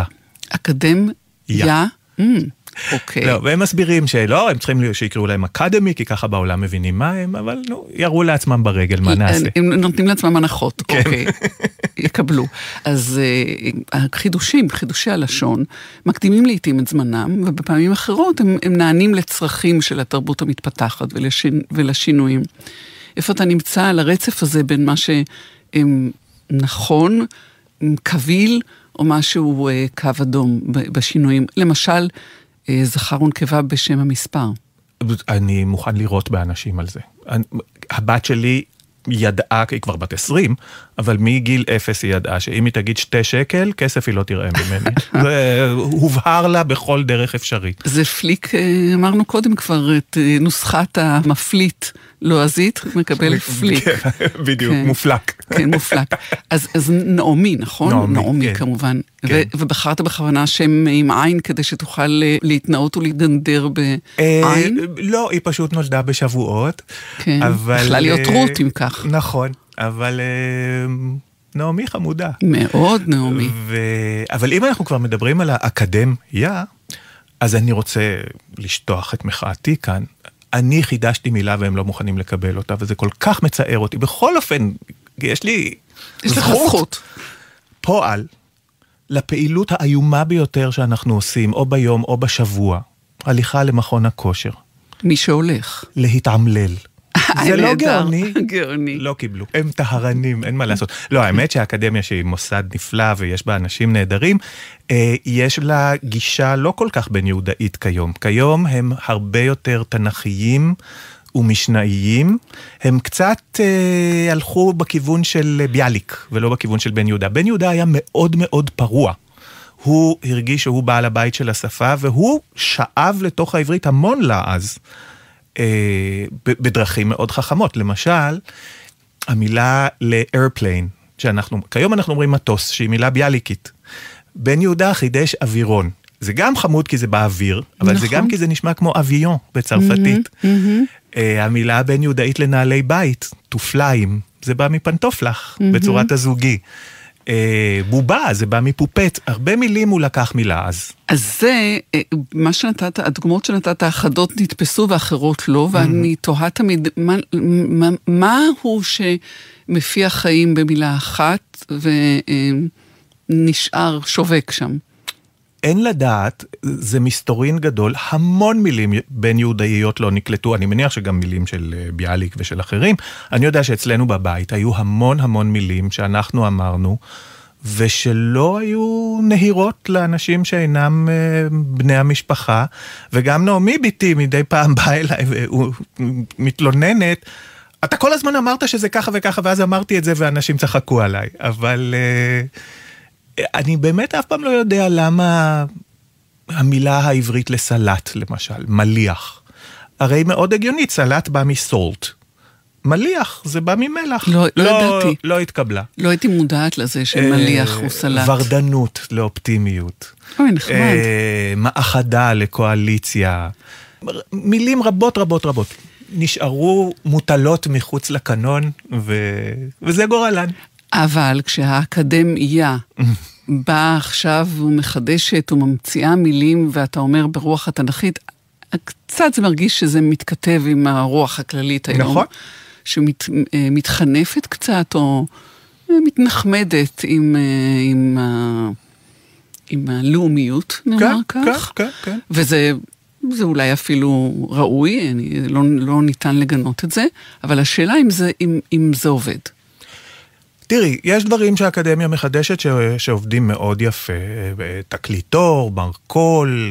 אקדמיה? אוקיי. לא, והם מסבירים שלא, הם צריכים שיקראו להם אקדמי, כי ככה בעולם מבינים מה הם, אבל נו, יראו לעצמם ברגל, מה נעשה. הם נותנים לעצמם הנחות, אוקיי. יקבלו. אז חידושי הלשון, מקדימים לעתים את זמנם, ובפעמים אחרות הם נענים לצרכים של התרבות המתפתחת ולשינויים. איפה אתה נמצא על הרצף הזה בין מה שנכון, קביל, או משהו קו אדום בשינויים? למשל, זכר ונקבה בשם המספר. אני מוכן לראות באנשים על זה. הבת שלי ידעה, היא כבר בת 20, אבל מגיל 0 היא ידעה שאם היא תגיד 2 שקל, כסף היא לא תראה ממני. זה הובהר לה בכל דרך אפשרית. זה פליק, אמרנו קודם כבר את נוסחת המפליט לועזית, מקבל פליק. בדיוק, מופלק. כן, מופלק. אז נעמי, נכון? נעמי כמובן. ובחרת בכוונה שם עם עין כדי שתוכל להתנאות ולהתדנדר בעין? לא, היא פשוט נולדה בשבועות. כן, יכלה להיות רות אם כך. נכון, אבל נעמי חמודה. מאוד נעמי. אבל אם אנחנו כבר מדברים על האקדמיה, אז אני רוצה לשטוח את מחאתי כאן. אני חידשתי מילה והם לא מוכנים לקבל אותה, וזה כל כך מצער אותי. בכל אופן, יש לי זכות. פועל לפעילות האיומה ביותר שאנחנו עושים, או ביום או בשבוע, הליכה למכון הכושר. מי שהולך. להתעמלל. זה לא גאוני. גאוני. לא קיבלו. הם טהרנים, אין מה לעשות. לא, האמת שהאקדמיה שהיא מוסד נפלא ויש בה אנשים נהדרים, יש לה גישה לא כל כך בן יהודאית כיום. כיום הם הרבה יותר תנכיים ומשנאיים. הם קצת הלכו בכיוון של ביאליק ולא בכיוון של בן יהודה. בן יהודה היה מאוד מאוד פרוע. הוא הרגיש שהוא בעל הבית של השפה, והוא שאב לתוך העברית המון לעז. בדרכים מאוד חכמות. למשל, המילה ל-airplane, כיום אנחנו אומרים מטוס, שהיא מילה ביאליקית. בן יהודה חידש אווירון. זה גם חמוד כי זה באוויר, אבל זה גם כי זה נשמע כמו אביון בצרפתית. המילה בן יהודאית לנעלי בית, תופליים, זה בא מפנטופלח, בצורת הזוגי. בובה, זה בא מפופט, הרבה מילים הוא לקח מילה אז. אז זה, מה שנתת, הדוגמאות שנתת, האחדות נתפסו ואחרות לא, ואני תוהה תמיד, מה הוא שמפיע חיים במילה אחת ונשאר שובק שם? אין לדעת, זה מסתורין גדול, המון מילים בין יהודאיות לא נקלטו, אני מניח שגם מילים של ביאליק ושל אחרים, אני יודע שאצלנו בבית היו המון מילים שאנחנו אמרנו, ושלא היו נהירות לאנשים שאינם בני המשפחה, וגם נעמי ביתי מדי פעם באה אליי ומתלוננת, אתה כל הזמן אמרת שזה ככה וככה, ואז אמרתי את זה ואנשים צחקו עליי, אבל אני באמת אף פעם לא יודע למה המילה העברית לסלט, למשל, מליח. הרי מאוד הגיונית, סלט בא מסולט. מליח, זה בא ממלח. לא ידעתי. לא התקבלה. לא הייתי מודעת לזה שמליח הוא סלט. ורדנות לאופטימיות. אוי, נחמד. מאחדה לקואליציה. מילים רבות. נשארו מוטלות מחוץ לקנון, וזה גורלן. אבל כשהאקדמיה באה עכשיו ומחדשת וממציאה מילים, ואתה אומר ברוח התנ"כית, קצת זה מרגיש שזה מתכתב עם הרוח הכללית היום. נכון. שמתחנפת קצת, או מתנחמדת עם הלאומיות, נאמר כך. כן. וזה אולי אפילו ראוי, לא ניתן לגנות את זה, אבל השאלה אם זה עובד. תראי, יש דברים שהאקדמיה מחדשת שעובדים מאוד יפה, תקליטור, מרקול,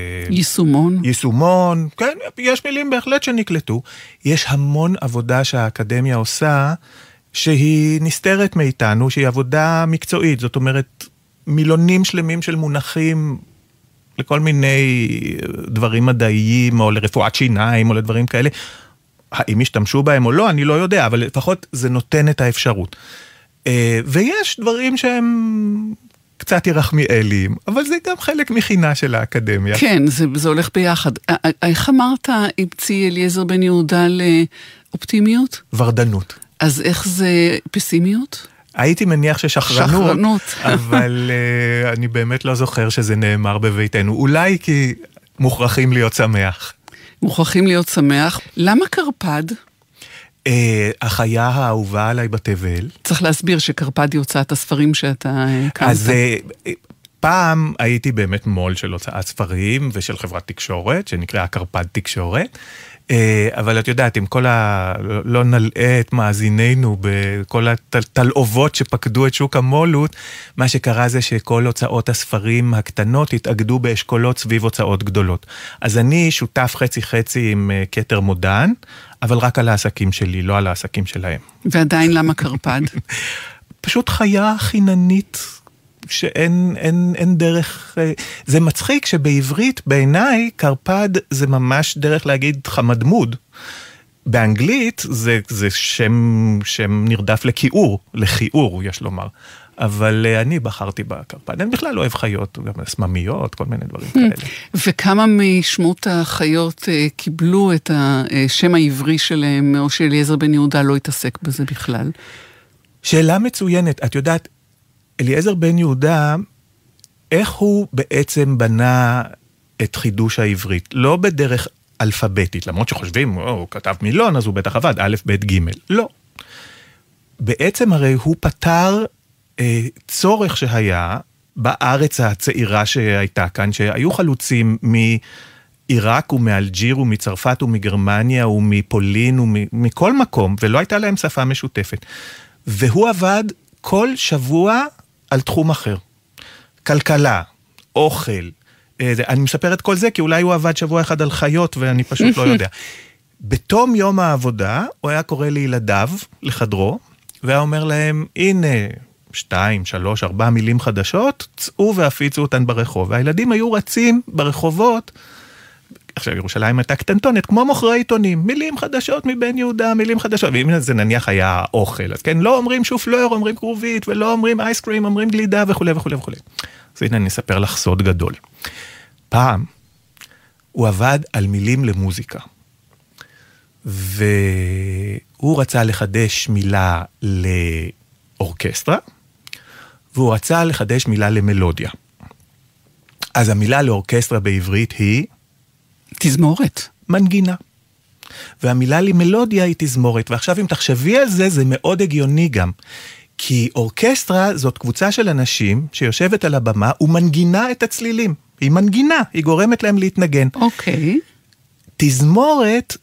יישומון, כן, יש מילים בהחלט שנקלטו. יש המון עבודה שהאקדמיה עושה, שהיא נסתרת מאיתנו, שהיא עבודה מקצועית, זאת אומרת, מילונים שלמים של מונחים לכל מיני דברים מדעיים, או לרפואת שיניים, או לדברים כאלה. האם השתמשו בהם או לא, אני לא יודע, אבל לפחות זה נותן את האפשרות. ויש דברים שהם קצת ירחמיאליים, אבל זה גם חלק מכינה של האקדמיה. כן, זה הולך ביחד. איך אמרת, המציא אליעזר בן יהודה לאופטימיות? ורדנות. אז איך זה פסימיות? הייתי מניח ששחרנות, אבל אני באמת לא זוכר שזה נאמר בביתנו. אולי כי מוכרחים להיות שמח. מוכרחים להיות שמח. למה קרפד? החיה האהובה עליי בתבל. צריך להסביר שקרפד היא הוצאת הספרים שאתה קמת. אז פעם הייתי באמת מול של הוצאת ספרים ושל חברת תקשורת, שנקראה קרפד תקשורת, אבל את יודעת, עם כל לא נלאה את מאזיננו בכל התלעובות שפקדו את שוק המולות, מה שקרה זה שכל הוצאות הספרים הקטנות התאגדו באשכולות סביב הוצאות גדולות. אז אני שותף חצי עם כתר מודן, אבל רק על העסקים שלי, לא על העסקים שלהם. ועדיין למה קרפד? פשוט חיה חיננית, שאין דרך, זה מצחיק שבעברית בעיניי קרפד זה ממש דרך להגיד חמדמוד. באנגלית זה שם נרדף לכיעור יש לומר. אבל אני בחרתי בקרפד, אני בכלל לא אוהב חיות, גם סממיות, כל מיני דברים כאלה. וכמה משמות החיות קיבלו את השם העברי שלהם, או שאליעזר בן יהודה לא התעסק בזה בכלל? שאלה מצוינת, את יודעת, אליעזר בן יהודה, איך הוא בעצם בנה את חידוש העברית? לא בדרך אלפביתית, למרות שחושבים, הוא כתב מילון, אז הוא בטח עבד, א', ב', ג'. לא. בעצם הרי הוא פתר צורך שהיה בארץ הצעירה שהייתה כאן, שהיו חלוצים מעיראק ומאלג'יר ומצרפת ומגרמניה ומפולין ומכל מקום, ולא הייתה להם שפה משותפת. והוא עבד כל שבוע על תחום אחר. כלכלה, אוכל. אני מספר את כל זה, כי אולי הוא עבד שבוע אחד על חיות, ואני פשוט לא יודע. בתום יום העבודה, הוא היה קורא לילדיו לחדרו, והיה אומר להם, הנה, 2, 3, 4 מילים חדשות, צאו והפיצו אותן ברחוב. והילדים היו רצים ברחובות, עכשיו ירושלים הייתה קטנטונת, כמו מוכרי עיתונים, מילים חדשות מבן יהודה, מילים חדשות, ואם זה נניח היה אוכל, אז כן, לא אומרים שופלור, אומרים כרובית, ולא אומרים אייסקרים, אומרים גלידה וכו' וכו' וכו'. אז הנה אני אספר לך סוד גדול. פעם, הוא עבד על מילים למוזיקה, והוא רצה לחדש מילה לאורקסטרה, והוא רצה לחדש מילה למלודיה. אז המילה לאורקסטרה בעברית היא תזמורת. מנגינה. והמילה למלודיה היא תזמורת. ועכשיו אם תחשבי על זה, זה מאוד הגיוני גם. כי אורקסטרה זאת קבוצה של אנשים שיושבת על הבמה ומנגינה את הצלילים. היא מנגינה, היא גורמת להם להתנגן. אוקיי. תזמורת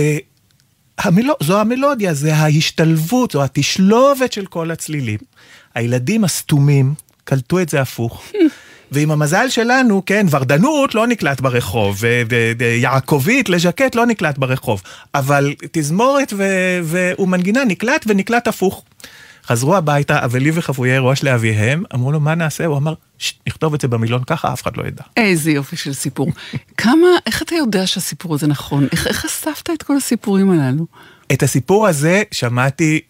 זו המלודיה, זה ההשתלבות, זו התשלובת של כל הצלילים. הילדים הסתומים קלטו את זה הפוך. ועם המזל שלנו, כן, ורדנות לא נקלט ברחוב, ויעקובית לז'קט לא נקלט ברחוב, אבל תזמורת ומנגינה נקלט ונקלט הפוך. חזרו הביתה, אבלי וחפויי ראש לאביהם, אמרו לו, מה נעשה? הוא אמר, נכתוב את זה במילון ככה, אף אחד לא ידע. איזה יופי של סיפור. איך אתה יודע שהסיפור הזה נכון? איך אספת את כל הסיפורים הללו? את הסיפור הזה שמעתי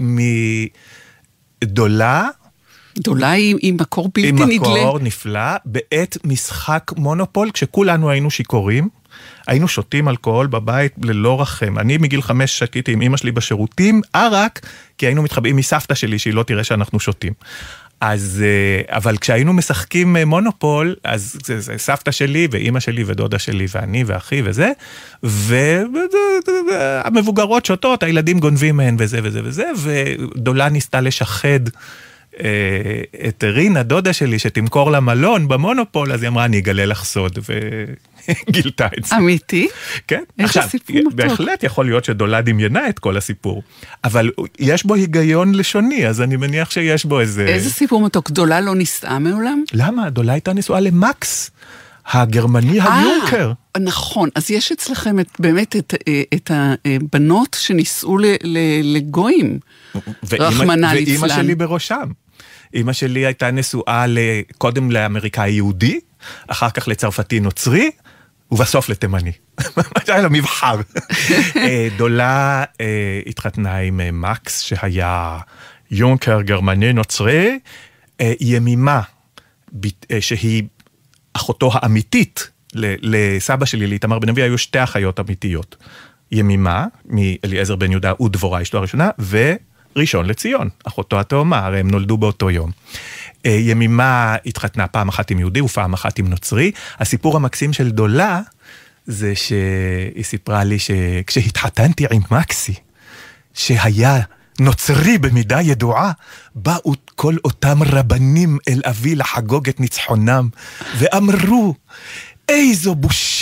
מדולה, דולה עם מקור בלתי נדלה. עם מקור נפלא, בעת משחק מונופול, כשכולנו היינו שיכורים, היינו שותים אלכוהול בבית ללא רחם. אני מגיל 5 שתיתי עם אמא שלי בשירותים, רק כי היינו מתחבאים מסבתא שלי, שהיא לא תראה שאנחנו שותים. אז, אבל כשהיינו משחקים מונופול, אז זה סבתא שלי ואמא שלי ודודה שלי ואני ואחי וזה, והמבוגרות שותות, הילדים גונבים מהן וזה וזה וזה, ודולה ניסתה לשחד את רינה, דודה שלי, שתמכור לה מלון במונופול, אז היא אמרה, אני אגלה לך סוד, וגילתה את זה. אמיתי? כן. עכשיו, בהחלט יכול להיות שדולה דמיינה את כל הסיפור, אבל יש בו היגיון לשוני, אז אני מניח שיש בו איזה סיפור מתוק? דולה לא נישאה מעולם? למה? דולה הייתה נשואה למקס, הגרמני היונקר. נכון, אז יש אצלכם באמת את הבנות שנישאו לגויים, רחמנא ליצלן. ואמא שלי בראשם. אמא שלי הייתה נשואה קודם לאמריקאי יהודי, אחר כך לצרפתי נוצרי, ובסוף לתימני. היה לה מבחר. דולה התחתנה עם מקס, שהיה יונקר גרמני נוצרי, ימימה, שהיא אחותו האמיתית, לסבא שלי, לאיתמר בן אבי, היו שתי אחיות אמיתיות. ימימה, מאליעזר בן יהודה ודבורה, אשתו הראשונה, וראשון לציון, אחותו התאומה, הרי הם נולדו באותו יום. ימימה התחתנה פעם אחת עם יהודי ופעם אחת עם נוצרי. הסיפור המקסים של דולה, זה שהיא סיפרה לי שכשהתחתנתי עם מקסי, שהיה נוצרי במידה ידועה, באו כל אותם רבנים אל אבי לחגוג את ניצחונם, ואמרו, איזו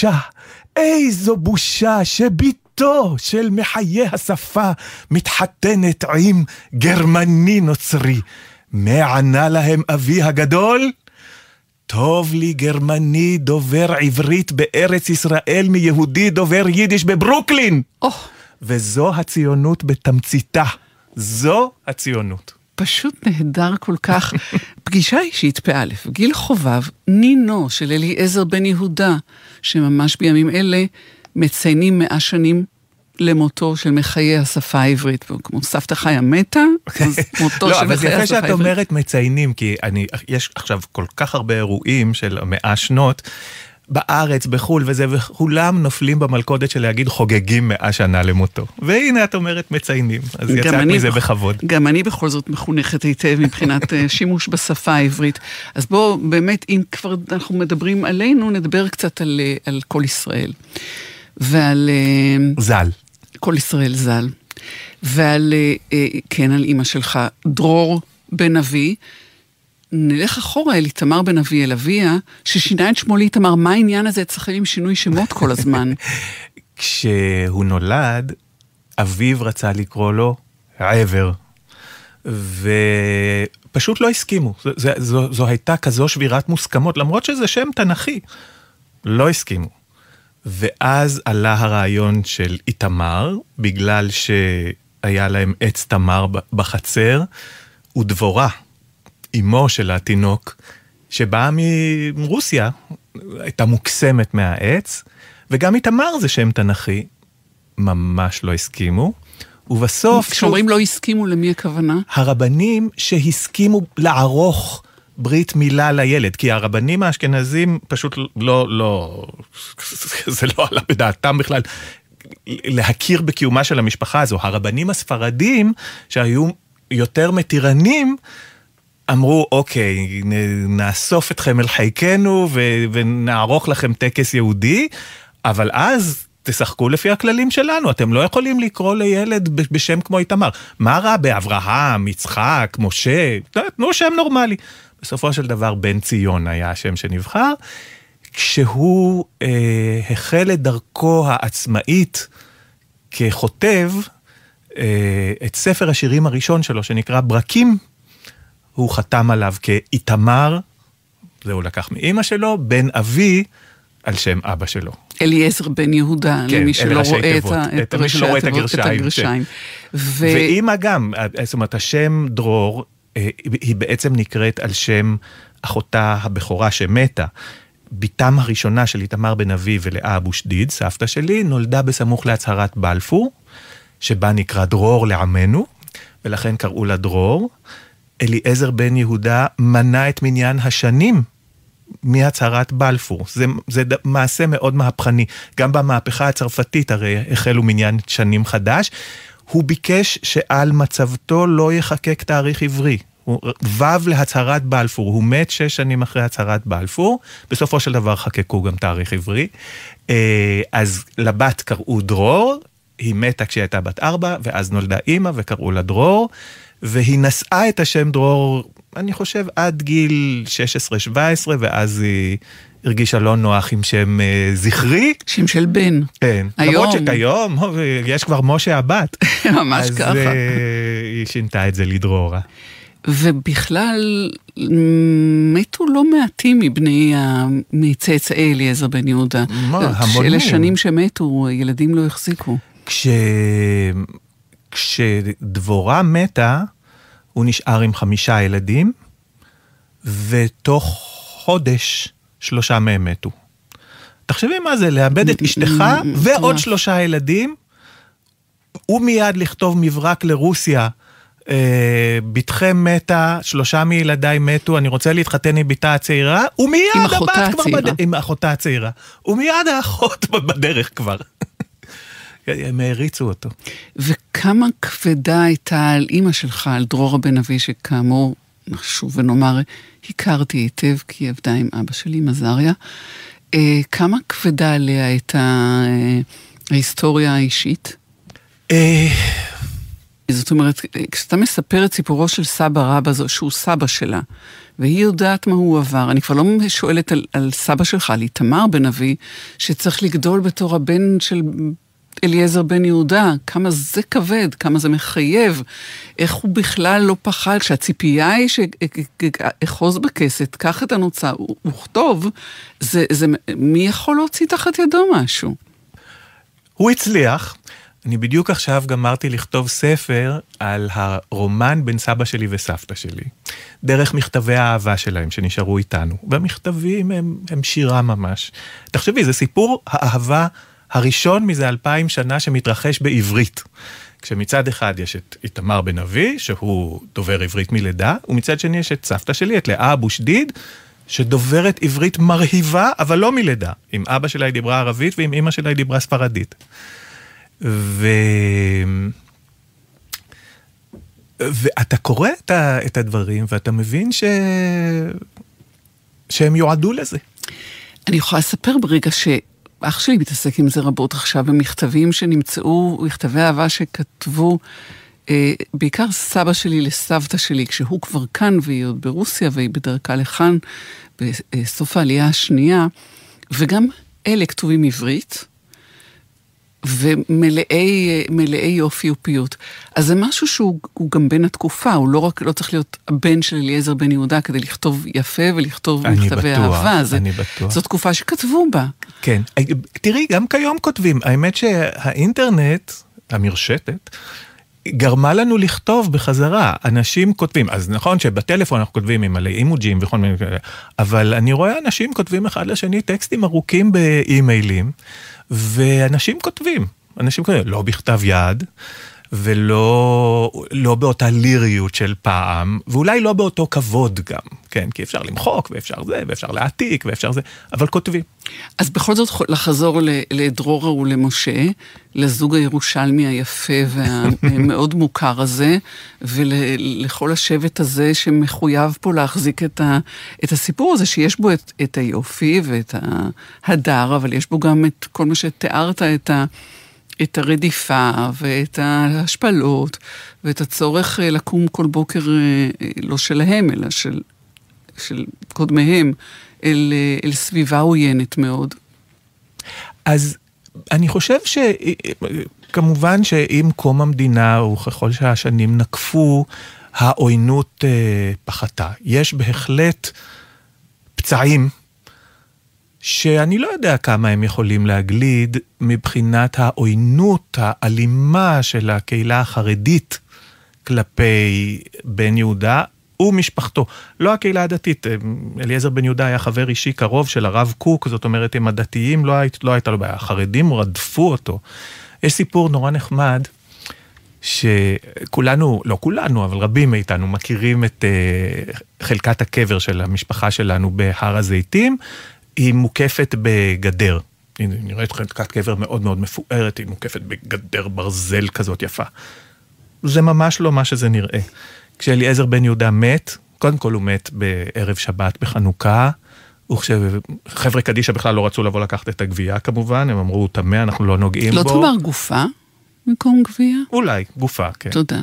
בושה שביתו של מחיי השפה מתחתנת עם גרמני נוצרי. מה ענה להם אבי הגדול? טוב לי גרמני דובר עברית בארץ ישראל מיהודי דובר יידיש בברוקלין. וזו הציונות בתמציתה. זו הציונות. פשוט נהדר כל כך. פגישה אישית באלף, גיל חובב, נינו של אליעזר בן יהודה, שממש בימים אלה מציינים 100 שנים למותו של מחיי השפה העברית, כמו סבתא חיה מתה, אז מותו של מחיי השפה העברית. לא, אבל זה יפה שאת אומרת מציינים, כי יש עכשיו כל כך הרבה אירועים של 100 שנות, בארץ, בחול וזה, וכולם נופלים במלכודת של להגיד חוגגים 100 שנה למותו. והנה את אומרת מציינים, אז יצאת מזה בכבוד. גם אני בכל זאת מחונכת היטב מבחינת שימוש בשפה העברית. אז בואו באמת, אם כבר אנחנו מדברים עלינו, נדבר קצת על כל ישראל. ועל... זל. כל ישראל זל. ועל, כן, על אמא שלך, דרור בן אבי, נלך אחורה אל איתמר בן אבי אל אביה, ששינה את שמו לאיתמר, מה העניין הזה אצלכם עם שינוי שמות כל הזמן? כשהוא נולד, אביו רצה לקרוא לו עבר, ופשוט לא הסכימו. זו הייתה כזו שבירת מוסכמות, למרות שזה שם תנכי. לא הסכימו. ואז עלה הרעיון של איתמר, בגלל שהיה להם עץ תמר בחצר, ודבורה, אמו של התינוק, שבאה מרוסיה, הייתה מוקסמת מהעץ, וגם איתמר זה שם תנכי, ממש לא הסכימו, ובסוף... כשאומרים לא הסכימו, למי הכוונה? הרבנים שהסכימו לערוך ברית מילה לילד, כי הרבנים האשכנזים פשוט לא, זה לא עלה בדעתם בכלל, להכיר בקיומה של המשפחה הזו. הרבנים הספרדים, שהיו יותר מתירנים, אמרו, אוקיי, נאסוף אתכם אל חיקנו ונערוך לכם טקס יהודי, אבל אז תשחקו לפי הכללים שלנו, אתם לא יכולים לקרוא לילד בשם כמו איתמר. מה רע באברהם, יצחק, משה? תנו שם נורמלי. בסופו של דבר בן ציון היה השם שנבחר, כשהוא החל את דרכו העצמאית כחוטב, את ספר השירים הראשון שלו, שנקרא ברקים, הוא חתם עליו כאיתמר, זה הוא לקח מאמא שלו, בן אבי, על שם אבא שלו. אליעזר בן יהודה, כן, למי שלא רואה את הגרשיים. ואמא גם, זאת אומרת, השם דרור, היא בעצם נקראת על שם אחותה הבכורה שמתה. ביתם הראשונה של איתמר בן אבי ולאה אבו שדיד, סבתא שלי, נולדה בסמוך להצהרת בלפור, שבה נקרא דרור לעמנו, ולכן קראו לה דרור. אליעזר בן יהודה מנה את מניין השנים מהצהרת בלפור. זה מעשה מאוד מהפכני. גם במהפכה הצרפתית הרי החלו מניין שנים חדש. הוא ביקש שעל מצבתו לא יחקק תאריך עברי. וו להצהרת בלפור. הוא מת 6 שנים אחרי הצהרת בלפור. בסופו של דבר חקקו גם תאריך עברי. אז לבת קראו דרור. היא מתה כשהיא הייתה בת 4, ואז נולדה אמא וקראו לה דרור. והיא נשאה את השם דרור, אני חושב, עד גיל 16-17, ואז היא הרגישה לא נוח עם שם זכרי. שם של בן. כן. למרות שכיום, יש כבר משה הבת. ממש ככה. אז היא שינתה את זה לדרורה. ובכלל, מתו לא מעטים מצאצאי אליעזר בן יהודה. המונים. אלה שנים שמתו, ילדים לא החזיקו. כשדבורה מתה, הוא נשאר עם 5 ילדים, ותוך חודש 3 מהם מתו. תחשבי מה זה, לאבד את אשתך ועוד 3 ילדים, ומיד לכתוב מברק לרוסיה, בתכם מתה, 3 מילדיי מתו, אני רוצה להתחתן עם ביתה הצעירה, ומיד הבת כבר עם אחותה הצעירה. ומיד האחות בדרך כבר. הם הריצו אותו. וכמה כבדה הייתה על אמא שלך, על דרורה בן אבי, שכאמור, שוב ונאמר, הכרתי היטב, כי היא עבדה עם אבא שלי, מזריה. כמה כבדה עליה הייתה ההיסטוריה האישית? זאת אומרת, כשאתה מספר את סיפורו של סבא רבא, שהוא סבא שלה, והיא יודעת מה הוא עבר, אני כבר לא שואלת על סבא שלך, על איתמר בן אבי, שצריך לגדול בתור הבן של אליעזר בן יהודה, כמה זה כבד, כמה זה מחייב, איך הוא בכלל לא פחד, שהציפייה היא שאחוז בכסת, קח את הנוצה, הוא כתוב, מי יכול להוציא תחת ידו משהו? הוא הצליח. אני בדיוק עכשיו גמרתי לכתוב ספר על הרומן בין סבא שלי וסבתא שלי, דרך מכתבי האהבה שלהם שנשארו איתנו. והמכתבים הם שירה ממש. תחשבי, זה סיפור האהבה הראשון מזה 2000 שנה שמתרחש בעברית. כשמצד אחד יש את איתמר בן אבי, שהוא דובר עברית מלידה, ומצד שני יש את סבתא שלי, את לאה אבו שדיד, שדוברת עברית מרהיבה, אבל לא מלידה. עם אבא שלה היא דיברה ערבית, ועם אמא שלה היא דיברה ספרדית. ואתה קורא את הדברים, ואתה מבין שהם יועדו לזה. אני יכולה לספר ברגע אח שלי מתעסק עם זה רבות עכשיו, במכתבים שנמצאו, מכתבי אהבה שכתבו, בעיקר סבא שלי לסבתא שלי, כשהוא כבר כאן והיא עוד ברוסיה, והיא בדרכה לכאן, בסוף העלייה השנייה, וגם אלה כתובים עברית, ומלאי יופי ופיות. אז זה משהו שהוא גם בין התקופה, הוא לא צריך להיות הבן של אליעזר בן יהודה, כדי לכתוב יפה ולכתוב מכתבי אהבה. אני בטוח. זו תקופה שכתבו בה. כן. תראי, גם כיום כותבים. האמת שהאינטרנט, המרשתת, גרמה לנו לכתוב בחזרה. אנשים כותבים. אז נכון שבטלפון אנחנו כותבים עם מלא אימוג'ים וכל מיני כאלה, אבל אני רואה אנשים כותבים אחד לשני טקסטים ארוכים באימיילים, ואנשים כותבים, לא בכתב יד, ולא באותה ליריות של פעם, ואולי לא באותו כבוד גם, כן? כי אפשר למחוק, ואפשר זה, ואפשר להעתיק, ואפשר זה, אבל כותבים. אז בכל זאת לחזור לדרורה ולמשה, לזוג הירושלמי היפה והמאוד מוכר הזה, ולכל השבט הזה שמחויב פה להחזיק את הסיפור הזה, שיש בו את היופי ואת ההדר, אבל יש בו גם את כל מה שתיארת, את הרדיפה ואת ההשפלות, ואת הצורך לקום כל בוקר, לא שלהם, אלא של קודמיהם, אל סביבה עוינת מאוד. אז אני חושב כמובן שעם קום המדינה וככל שהשנים נקפו, העוינות פחתה. יש בהחלט פצעים שאני לא יודע כמה הם יכולים להגליד מבחינת העוינות האלימה של הקהילה החרדית כלפי בן יהודה ומשפחתו. לא הקהילה הדתית, אליעזר בן יהודה היה חבר אישי קרוב של הרב קוק, זאת אומרת, עם הדתיים לא הייתה לו בעיה, החרדים רדפו אותו. יש סיפור נורא נחמד, שכולנו, לא כולנו, אבל רבים מאיתנו מכירים את חלקת הקבר של המשפחה שלנו בהר הזיתים, היא מוקפת בגדר. היא נראית חלקת קבר מאוד מאוד מפוארת, היא מוקפת בגדר ברזל כזאת יפה. זה ממש לא מה שזה נראה. כשאליעזר בן יהודה מת, קודם כל הוא מת בערב שבת בחנוכה, וכשחבר'ה קדישה בכלל לא רצו לבוא לקחת את הגבייה כמובן, הם אמרו, הוא טמא, אנחנו לא נוגעים בו. לא תאמר גופה במקום גבייה? אולי, גופה, כן. תודה.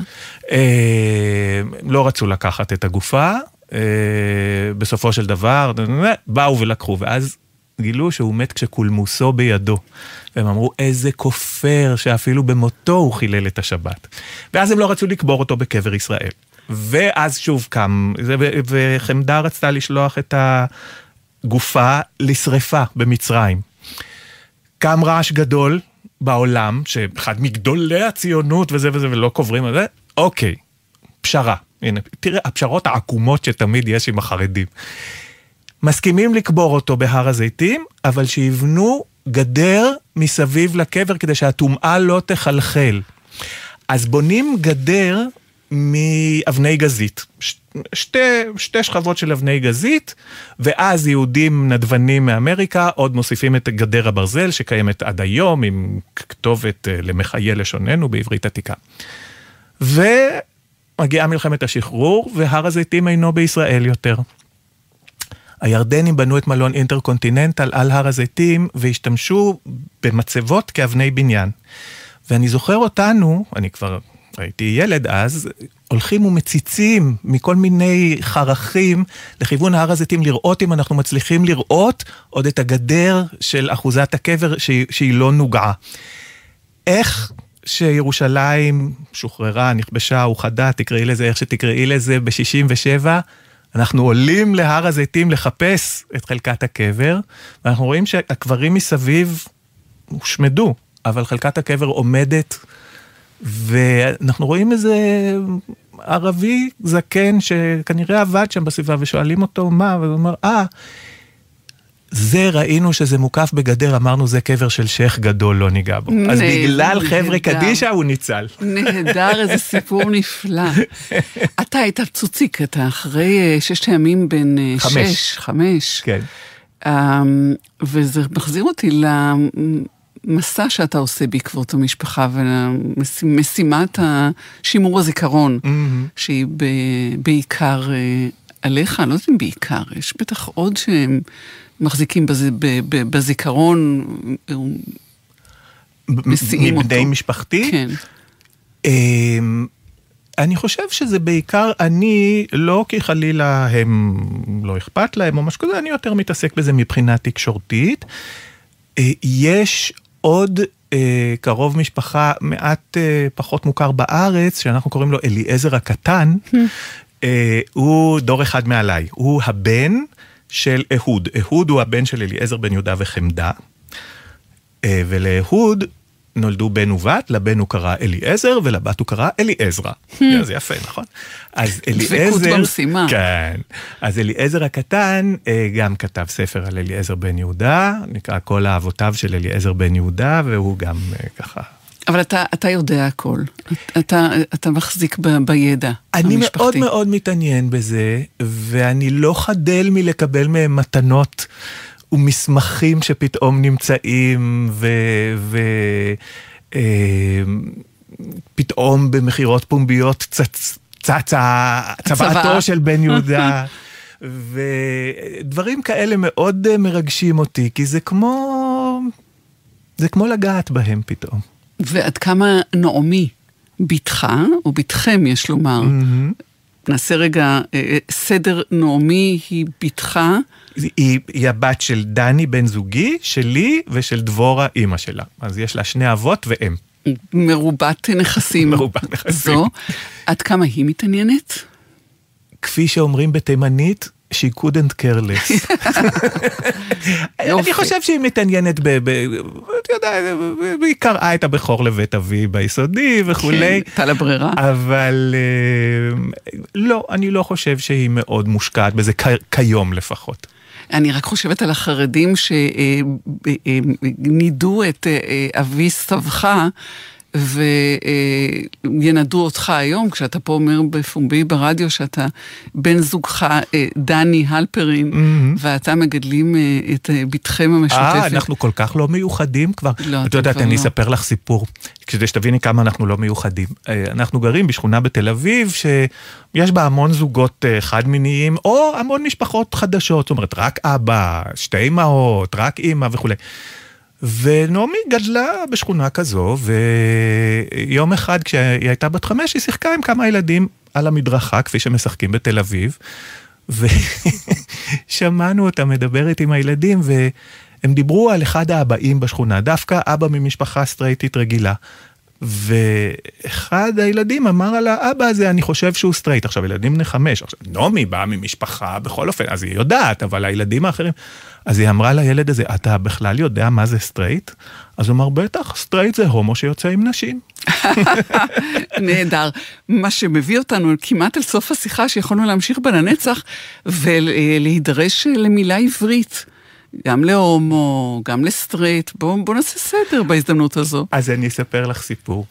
לא רצו לקחת את הגופה, בסופו של דבר, באו ולקחו, ואז גילו שהוא מת כשקולמוסו בידו. והם אמרו, איזה כופר שאפילו במותו הוא חילל את השבת. ואז הם לא רצו לקבור אותו בקבר ישראל. ואז שוב קם, וחמדה רצתה לשלוח את הגופה לשריפה במצרים. קם רעש גדול בעולם, שאחד מגדולי הציונות וזה וזה, ולא קוברים על זה, אוקיי, פשרה. הנה, תראה, הפשרות העקומות שתמיד יש עם החרדים. מסכימים לקבור אותו בהר הזיתים, אבל שיבנו גדר מסביב לקבר כדי שהטומאה לא תחלחל. אז בונים גדר מאבני גזית. שתי שכבות של אבני גזית, ואז יהודים נדבנים מאמריקה עוד מוסיפים את גדר הברזל שקיימת עד היום עם כתובת למחיי לשוננו בעברית עתיקה. ומגיעה מלחמת השחרור, והר הזיתים אינו בישראל יותר. הירדנים בנו את מלון אינטרקונטיננטל על הר הזיתים, והשתמשו במצבות כאבני בניין. ואני זוכר אותנו, אני כבר הייתי ילד אז, הולכים ומציצים מכל מיני חרכים לכיוון הר הזיתים, לראות אם אנחנו מצליחים לראות עוד את הגדר של אחוזת הקבר שהיא לא נוגעה. איך שירושלים שוחררה, נכבשה, אוחדה, תקראי לזה איך שתקראי לזה, ב-67, אנחנו עולים להר הזיתים לחפש את חלקת הקבר, ואנחנו רואים שהקברים מסביב הושמדו, אבל חלקת הקבר עומדת, ואנחנו רואים איזה ערבי זקן שכנראה עבד שם בסביבה, ושואלים אותו מה, והוא אומר, זה ראינו שזה מוקף בגדר, אמרנו זה קבר של שייך גדול, לא ניגע בו. אז בגלל חבר'ה קדישה הוא ניצל. נהדר, איזה סיפור נפלא. אתה היית פצוציק, אתה אחרי 6 ימים בין 5. כן. וזה מחזיר אותי למסע שאתה עושה בעקבות המשפחה, ולמשימת השימור הזיכרון, שהיא בעיקר עליך, לא יודעים בעיקר, יש בטח עוד שהם מחזיקים בזיכרון, מסיעים אותו. מבני משפחתי? כן. אני חושב שזה בעיקר אני, לא כי חלילה הם לא אכפת להם או משהו כזה, אני יותר מתעסק בזה מבחינה תקשורתית. יש עוד קרוב משפחה מעט פחות מוכר בארץ, שאנחנו קוראים לו אליעזר הקטן, הוא דור אחד מעליי, הוא הבן של אהוד. אהוד הוא הבן של אליעזר בן יהודה וחמדה, ולאהוד נולדו בן ובת, לבן הוא קרא אליעזר, ולבת הוא קרא אליעזרה. זה יפה, נכון? אז דבקות במשימה. כן. אז אליעזר הקטן גם כתב ספר על אליעזר בן יהודה, נקרא כל האבותיו של אליעזר בן יהודה, והוא גם ככה... אבל אתה יודע הכל. אתה מחזיק בידע אני המשפחתי. מאוד מאוד מתעניין בזה, ואני לא חדל מלקבל מהם מתנות ומסמכים שפתאום נמצאים, פתאום במחירות פומביות צבעתו של בן יהודה, ודברים כאלה מאוד מרגשים אותי, כי זה כמו לגעת בהם פתאום. ועד כמה נעמי, בתך, או בתכם יש לומר, נעשה רגע סדר, נעמי היא בתך. היא הבת של דני בן זוגי, שלי ושל דבורה אמא שלה. אז יש לה 2 אבות ואם. מרובת נכסים. מרובת נכסים. זו. עד כמה היא מתעניינת? כפי שאומרים בתימנית, she couldn't care less. אני חושב שהיא מתעניינת אתה יודע, היא קראה את הבכור לבית אבי ביסודי וכולי. כן, הייתה לה ברירה. אבל לא, אני לא חושב שהיא מאוד מושקעת בזה, כיום לפחות. אני רק חושבת על החרדים שנידו את אבי סבך, וינדו אותך היום, כשאתה פה אומר בפומבי ברדיו, שאתה בן זוגך דני הלפרין, ואתה מגדלים את בתכם המשותפת. אנחנו כל כך לא מיוחדים כבר. את יודעת, אני אספר לך סיפור, כדי שתביני כמה אנחנו לא מיוחדים. אנחנו גרים בשכונה בתל אביב, שיש בה המון זוגות חד מיניים, או המון משפחות חדשות, זאת אומרת, רק אבא, 2 אמהות, רק אמא וכו'. ונעמי גדלה בשכונה כזו, ויום אחד כשהיא הייתה בת 5, היא שיחקה עם כמה ילדים על המדרכה, כפי שמשחקים בתל אביב, ושמענו אותה מדברת עם הילדים, והם דיברו על אחד האבאים בשכונה, דווקא אבא ממשפחה סטרייטית רגילה, ואחד הילדים אמר על האבא הזה, אני חושב שהוא סטרייט. עכשיו, ילדים בני 5, עכשיו, נעמי באה ממשפחה בכל אופן, אז היא יודעת, אבל הילדים האחרים, אז היא אמרה לילד הזה, אתה בכלל יודע מה זה סטרייט? אז הוא אמר, בטח, סטרייט זה הומו שיוצא עם נשים. נהדר. מה שמביא אותנו כמעט אל סוף השיחה, שיכולנו להמשיך בנצח, ולהידרש למילה עברית. גם להומו, גם לסטרייט, בוא נעשה סדר בהזדמנות הזו. אז אני אספר לך סיפור.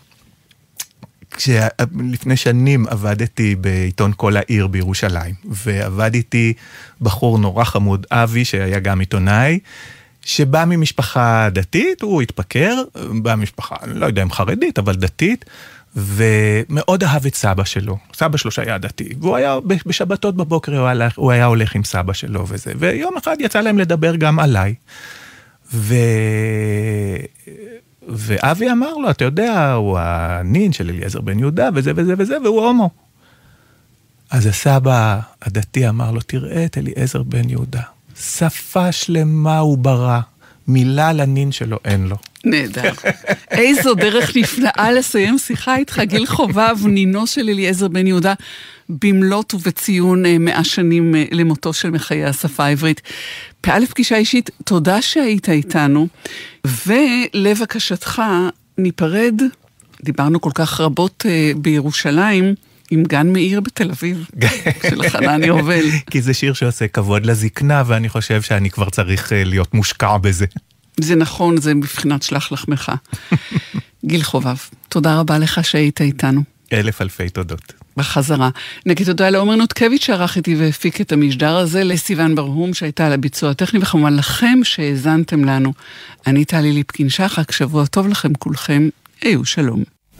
לפני שנים עבדתי בעיתון כל העיר בירושלים, ועבדתי בחור נורא חמוד, אבי, שהיה גם עיתונאי, שבא ממשפחה דתית, הוא התפקר, בא ממשפחה, אני לא יודע אם חרדית, אבל דתית, ומאוד אהב את סבא שלו. סבא שלו שהיה דתי, והוא היה בשבתות בבוקר, הוא היה הולך עם סבא שלו וזה, ויום אחד יצא להם לדבר גם עליי. ואבי אמר לו, אתה יודע, הוא הנין של אליעזר בן יהודה, וזה וזה וזה, והוא הומו. אז הסבא הדתי אמר לו, תראה את אליעזר בן יהודה, שפה שלמה הוא ברא, מילה לנין שלו אין לו. נהדר. איזו דרך נפלאה לסיים שיחה איתך, גיל חובב, נינו של אליעזר בן יהודה, במלאת ובציון 100 שנים למותו של מחיי השפה העברית. באלף פגישה אישית, תודה שהיית איתנו, ולבקשתך ניפרד, דיברנו כל כך רבות בירושלים, עם גן מאיר בתל אביב, של חנני יובל. כי זה שיר שעושה כבוד לזקנה, ואני חושב שאני כבר צריך להיות מושקע בזה. זה נכון, זה מבחינת שלח לחמך. גיל חובב, תודה רבה לך שהיית איתנו. 1000 אלפי תודות. בחזרה. נגיד תודה לעומר נותקביץ' שערך איתי והפיק את המשדר הזה, לסיוון ברהום שהייתה על הביצוע הטכני, וכמובן לכם שהאזנתם לנו. אני טלי ליפקין שחק, שבוע טוב לכם כולכם, היו שלום.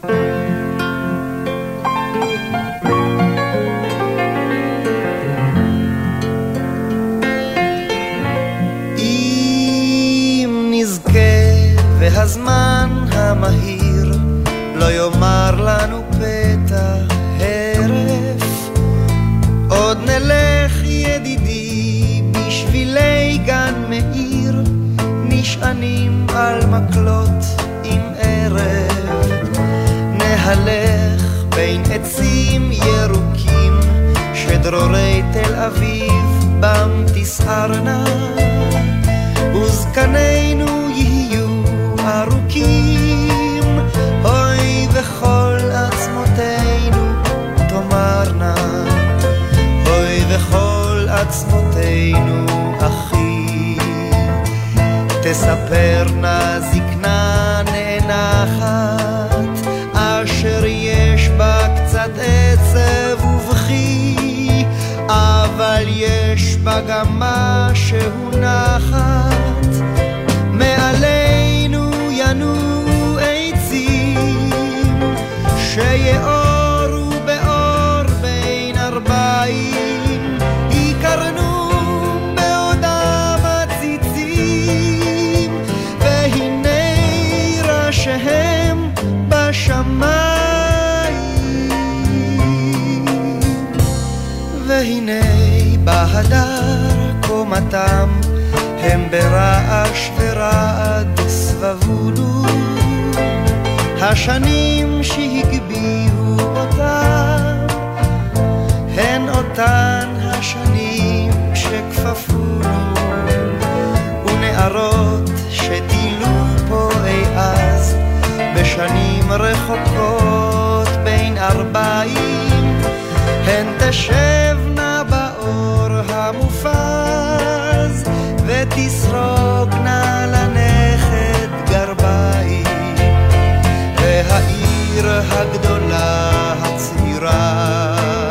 והזמן המהיר לא יאמר לנו פתע הרף, עוד נלך ידידי בשבילי גן מאיר, נשענים על מקלות עם ערב, נהלך בין עצים ירוקים שדרורי תל אביב בם תסערנה, וזקנינו יהיו ארוכים, אוי וכל עצמותינו תאמרנה, אוי וכל עצמותינו אחי, תספרנה זקנה נאנחת, אשר יש בה קצת עצב ובכי, אבל יש בה גם משהו נחת, מעלינו ינועו עצים שיאורו באור בין ארבעים, יקרנו בעודם הציצים, והנה ראשיהם בשמיים, והנה בהדר קומתם, הם ברעש ורעד סבבונו, השנים שהגביהו אותם, הן אותן השנים שכפפונו, ונערות שטילו פה אי אז, בשנים רחוקות בין ארבעים, הן תשבנה באור המופז, ותסרוגנה לנכד גרביים, והעיר הגדולה הצעירה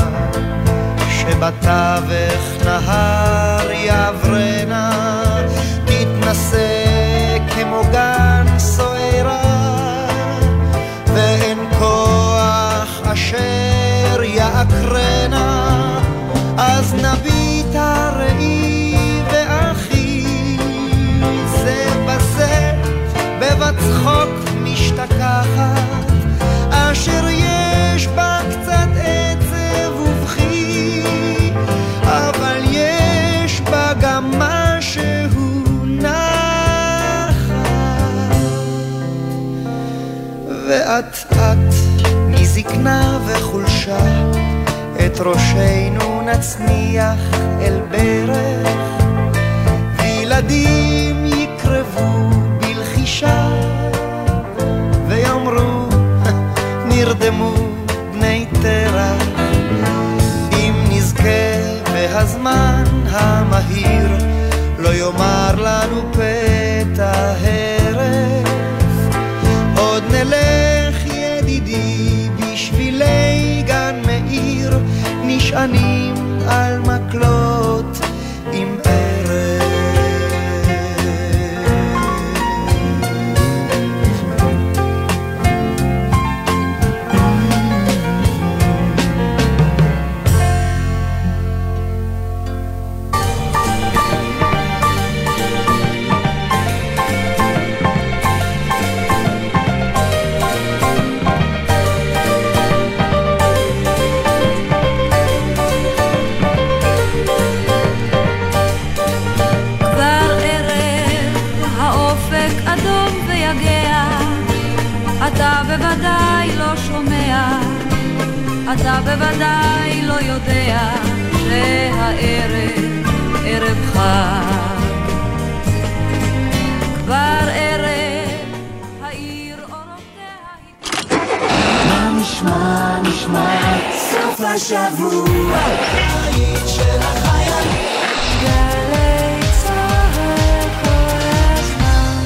שבתווך נהר יעברנה, תתנסה כמו גן סוערה, ואין כוח אשר יעקרנה, אז נביט הראי ואחי זה בזה בבת צחוק משתכחת, אשר יש בה קצת עצב ובכי, אבל יש בה גם משהו נחת, ואת מזקנה וחולשה את ראשנו נצניח אל ברך, וילדים יקרבו בלחישה ויאמרו נרדמו בני תרח, אם נזכה והזמן המהיר לא יאמר לנו פתע הרף, עוד נלך ידידי בשבילי גן מאיר, נשענים על מקלות עם ערב. אתה בוודאי לא שומע, אתה בוודאי לא יודע שהערב ערב חג, כבר ערב העיר אורותיה. מה נשמע, נשמע סוף השבוע, היית של החיילים, גלי צהל כל הזמן.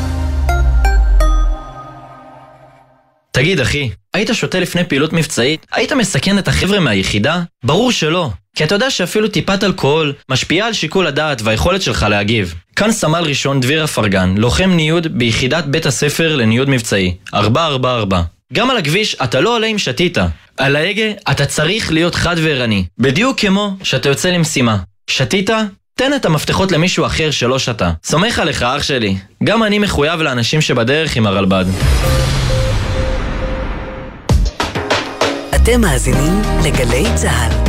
תגיד אחי, היית שותה לפני פעילות מבצעית? היית מסכן את החבר'ה מהיחידה? ברור שלא, כי אתה יודע שאפילו טיפת אלכוהול משפיעה על שיקול הדעת והיכולת שלך להגיב. כאן סמל ראשון דביר אפרגן, לוחם ניוד ביחידת בית הספר לניוד מבצעי 444. גם על הכביש אתה לא עולה עם שתיתה, על ההגה אתה צריך להיות חד וערני, בדיוק כמו שאתה יוצא למשימה. שתיתה? תן את המפתחות למישהו אחר שלא שתה. סומך עליך אח שלי, גם אני מחויב לאנשים שבדרך עם הרלב"ד. אתם מאזינים לגלי צהל.